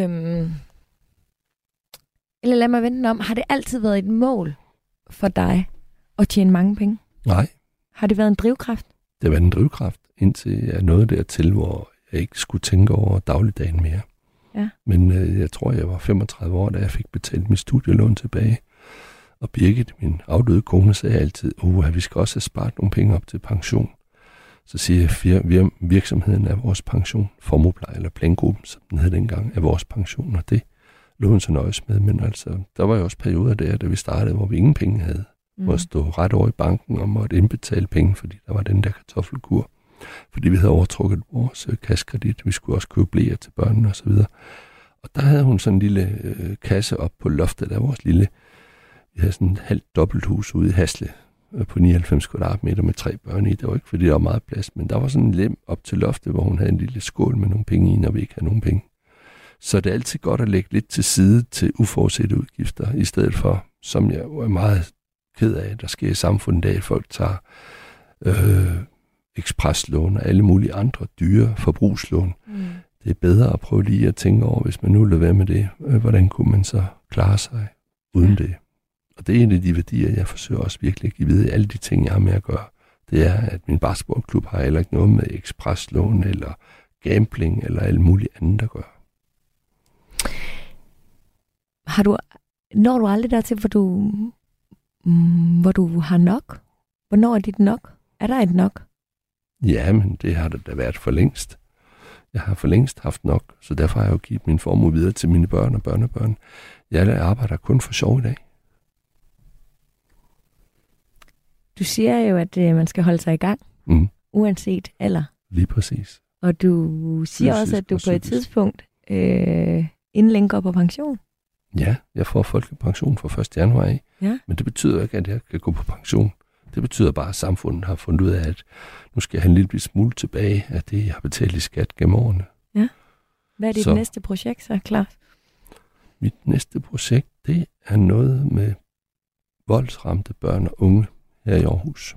Eller lad mig vente om. Har det altid været et mål for dig at tjene mange penge? Nej. Har det været en drivkraft? Det har været en drivkraft, indtil jeg nåede dertil, hvor jeg ikke skulle tænke over dagligdagen mere. Ja. Men jeg tror, jeg var 35 år, da jeg fik betalt mit studielån tilbage. Og Birgit, min afdøde kone, sagde altid, at vi skal også have sparet nogle penge op til pension. Så siger jeg, virksomheden er vores pension. Formopleje eller Plangruppen, som den hed dengang, er vores pension. Og det lå hun så nøjes med. Men altså, der var jo også perioder der, da vi startede, hvor vi ingen penge havde. Måtte stå ret over i banken og måtte indbetale penge, fordi der var den der kartoffelkur. Fordi vi havde overtrukket vores kassekredit. Vi skulle også købe bleer til børnene osv. Og der havde hun sådan en lille kasse op på loftet af vores lille... Vi havde sådan et halvt dobbelthus ude i Hasle på 99 kvadratmeter med 3 børn i. Det var ikke, fordi der var meget plads, men der var sådan en lem op til loftet, hvor hun havde en lille skål med nogle penge i, når vi ikke havde nogen penge. Så det er altid godt at lægge lidt til side til uforudsete udgifter, i stedet for, som jeg er meget ked af, der sker i samfundet i dag, folk tager ekspreslån og alle mulige andre dyre forbrugslån. Det er bedre at prøve lige at tænke over, hvis man nu lader være med det, hvordan kunne man så klare sig uden det. Og det er en af de værdier, jeg forsøger også virkelig at give videre i alle de ting, jeg har med at gøre. Det er, at min basketballklub har heller ikke noget med ekspreslån eller gambling eller alt muligt andet at gøre. Når du aldrig dertil, hvor du har nok? Hvornår er dit nok? Er der et nok? Ja, men det har det da været for længst. Jeg har for længst haft nok, så derfor har jeg jo givet min formue videre til mine børn og børnebørn. Jeg arbejder kun for sjov i dag. Du siger jo, at man skal holde sig i gang, uanset alder. Lige præcis. Og du siger også, at du på et tidspunkt inden længe går på pension. Ja, jeg får folkepension fra 1. januar af. Ja. Men det betyder ikke, at jeg kan gå på pension. Det betyder bare, at samfundet har fundet ud af, at nu skal jeg have en lille smule tilbage af det, jeg har betalt i skat gennem årene. Ja. Hvad er dit næste projekt så, Claus? Mit næste projekt, det er noget med voldsramte børn og unge her i Aarhus.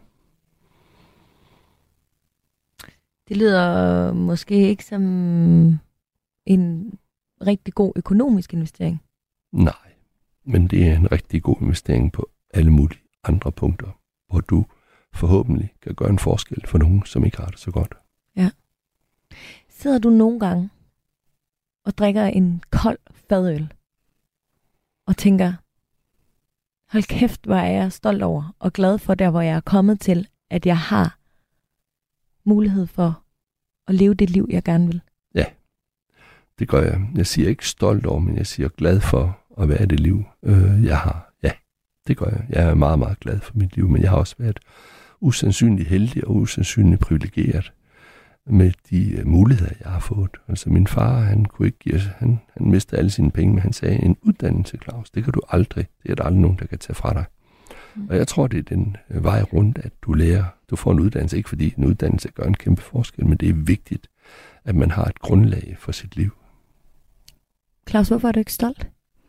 Det lyder måske ikke som en rigtig god økonomisk investering. Nej, men det er en rigtig god investering på alle mulige andre punkter, hvor du forhåbentlig kan gøre en forskel for nogen, som ikke har det så godt. Ja. Sidder du nogle gange og drikker en kold fadøl og tænker, hold kæft, hvor er jeg stolt over og glad for der, hvor jeg er kommet til, at jeg har mulighed for at leve det liv, jeg gerne vil? Ja, det gør jeg. Jeg siger ikke stolt over, men jeg siger glad for at være det liv, jeg har. Ja, det gør jeg. Jeg er meget, meget glad for mit liv, men jeg har også været usandsynligt heldig og usandsynligt privilegeret med de muligheder, jeg har fået. Altså min far, han kunne ikke give, han mistede alle sine penge, men han sagde, en uddannelse, Claus, det kan du aldrig. Det er der aldrig nogen, der kan tage fra dig. Og jeg tror, det er den vej rundt, at du får en uddannelse, ikke fordi en uddannelse gør en kæmpe forskel, men det er vigtigt, at man har et grundlag for sit liv. Claus, hvorfor er du ikke stolt?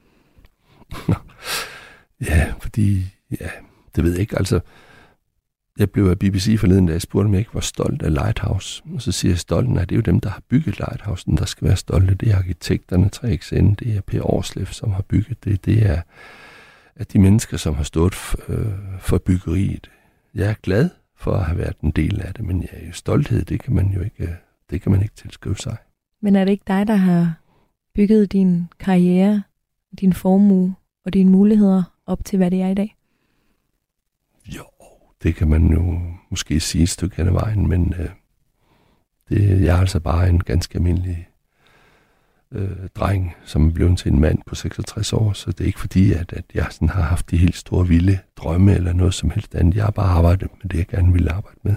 Ja, fordi, det ved jeg ikke. Altså, jeg blev af BBC forleden, da jeg spurgte, om jeg ikke var stolt af Lighthouse. Og så siger jeg, stolten er, det er jo dem, der har bygget Lighthousen, der skal være stolte. Det er arkitekterne, 3XN, det er Per Aarsleff, som har bygget det. Det er de mennesker, som har stået for byggeriet. Jeg er glad for at have været en del af det, men stolthed, det kan man ikke tilskrive sig. Men er det ikke dig, der har bygget din karriere, din formue og dine muligheder op til, hvad det er i dag? Jo, det kan man jo måske sige et stykke hen ad vejen, men jeg er altså bare en ganske almindelig dreng, som er blevet til en mand på 66 år, så det er ikke fordi, at jeg sådan har haft de helt store vilde drømme eller noget som helst andet. Jeg har bare arbejdet med det, jeg gerne ville arbejde med.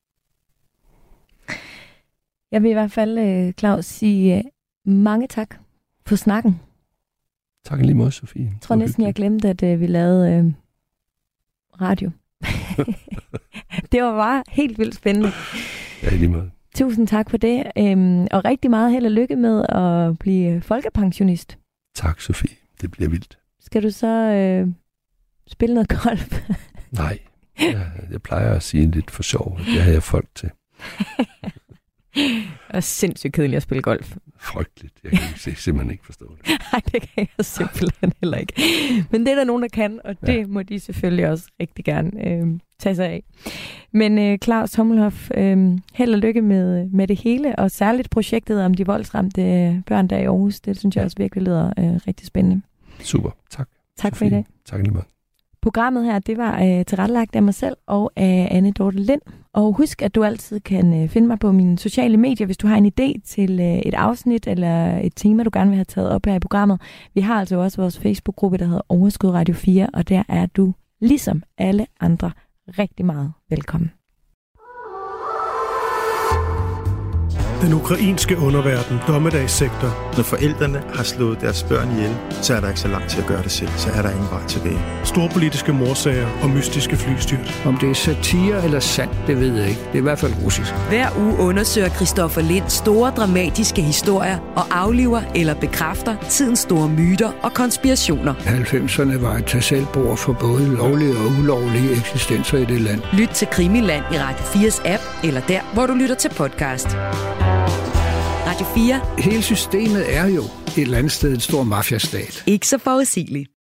Jeg vil i hvert fald, Claus, sige mange tak for snakken. Tak lige måde, Sofie. Jeg tror næsten, jeg glemte, at vi lavede radio. Det var bare helt vildt spændende. Ja, lige måde. Tusind tak for det, og rigtig meget held og lykke med at blive folkepensionist. Tak, Sofie. Det bliver vildt. Skal du så spille noget golf? Nej, jeg plejer at sige lidt for sjov. Det har jeg folk til. Det er sindssygt kedeligt at spille golf. Frygteligt. Jeg kan simpelthen ikke forstå det. Nej, det kan jeg simpelthen heller ikke. Men det er der nogen, der kan, og det må de selvfølgelig også rigtig gerne tage sig af. Men Claus Hommelhoff, held og lykke med det hele, og særligt projektet om de voldsramte børn der i Aarhus. Det synes jeg også virkelig lyder rigtig spændende. Super. Tak. Tak for i dag. Tak lige meget. Programmet her, det var tilrettelagt af mig selv og af Anne Dorte Lind. Og husk, at du altid kan finde mig på mine sociale medier, hvis du har en idé til et afsnit eller et tema, du gerne vil have taget op her i programmet. Vi har altså også vores Facebook-gruppe, der hedder Overskud Radio 4, og der er du, ligesom alle andre, rigtig meget velkommen. Den ukrainske underverden, dommedagssektor. Når forældrene har slået deres børn ihjel, så er der ikke så langt til at gøre det selv. Så er der ingen vej tilbage. Storpolitiske morsager og mystiske flystyrt. Om det er satire eller sandt, det ved jeg ikke. Det er i hvert fald russisk. Hver uge undersøger Christoffer Lind store dramatiske historier og afliver eller bekræfter tidens store myter og konspirationer. 90'erne var et tag selvbord for både lovlige og ulovlige eksistenser i det land. Lyt til Krimiland i Radio 4's app, eller der, hvor du lytter til podcast. Radio 4. Hele systemet er jo et eller andet sted en stor mafiastat. Ikke så forudsigeligt.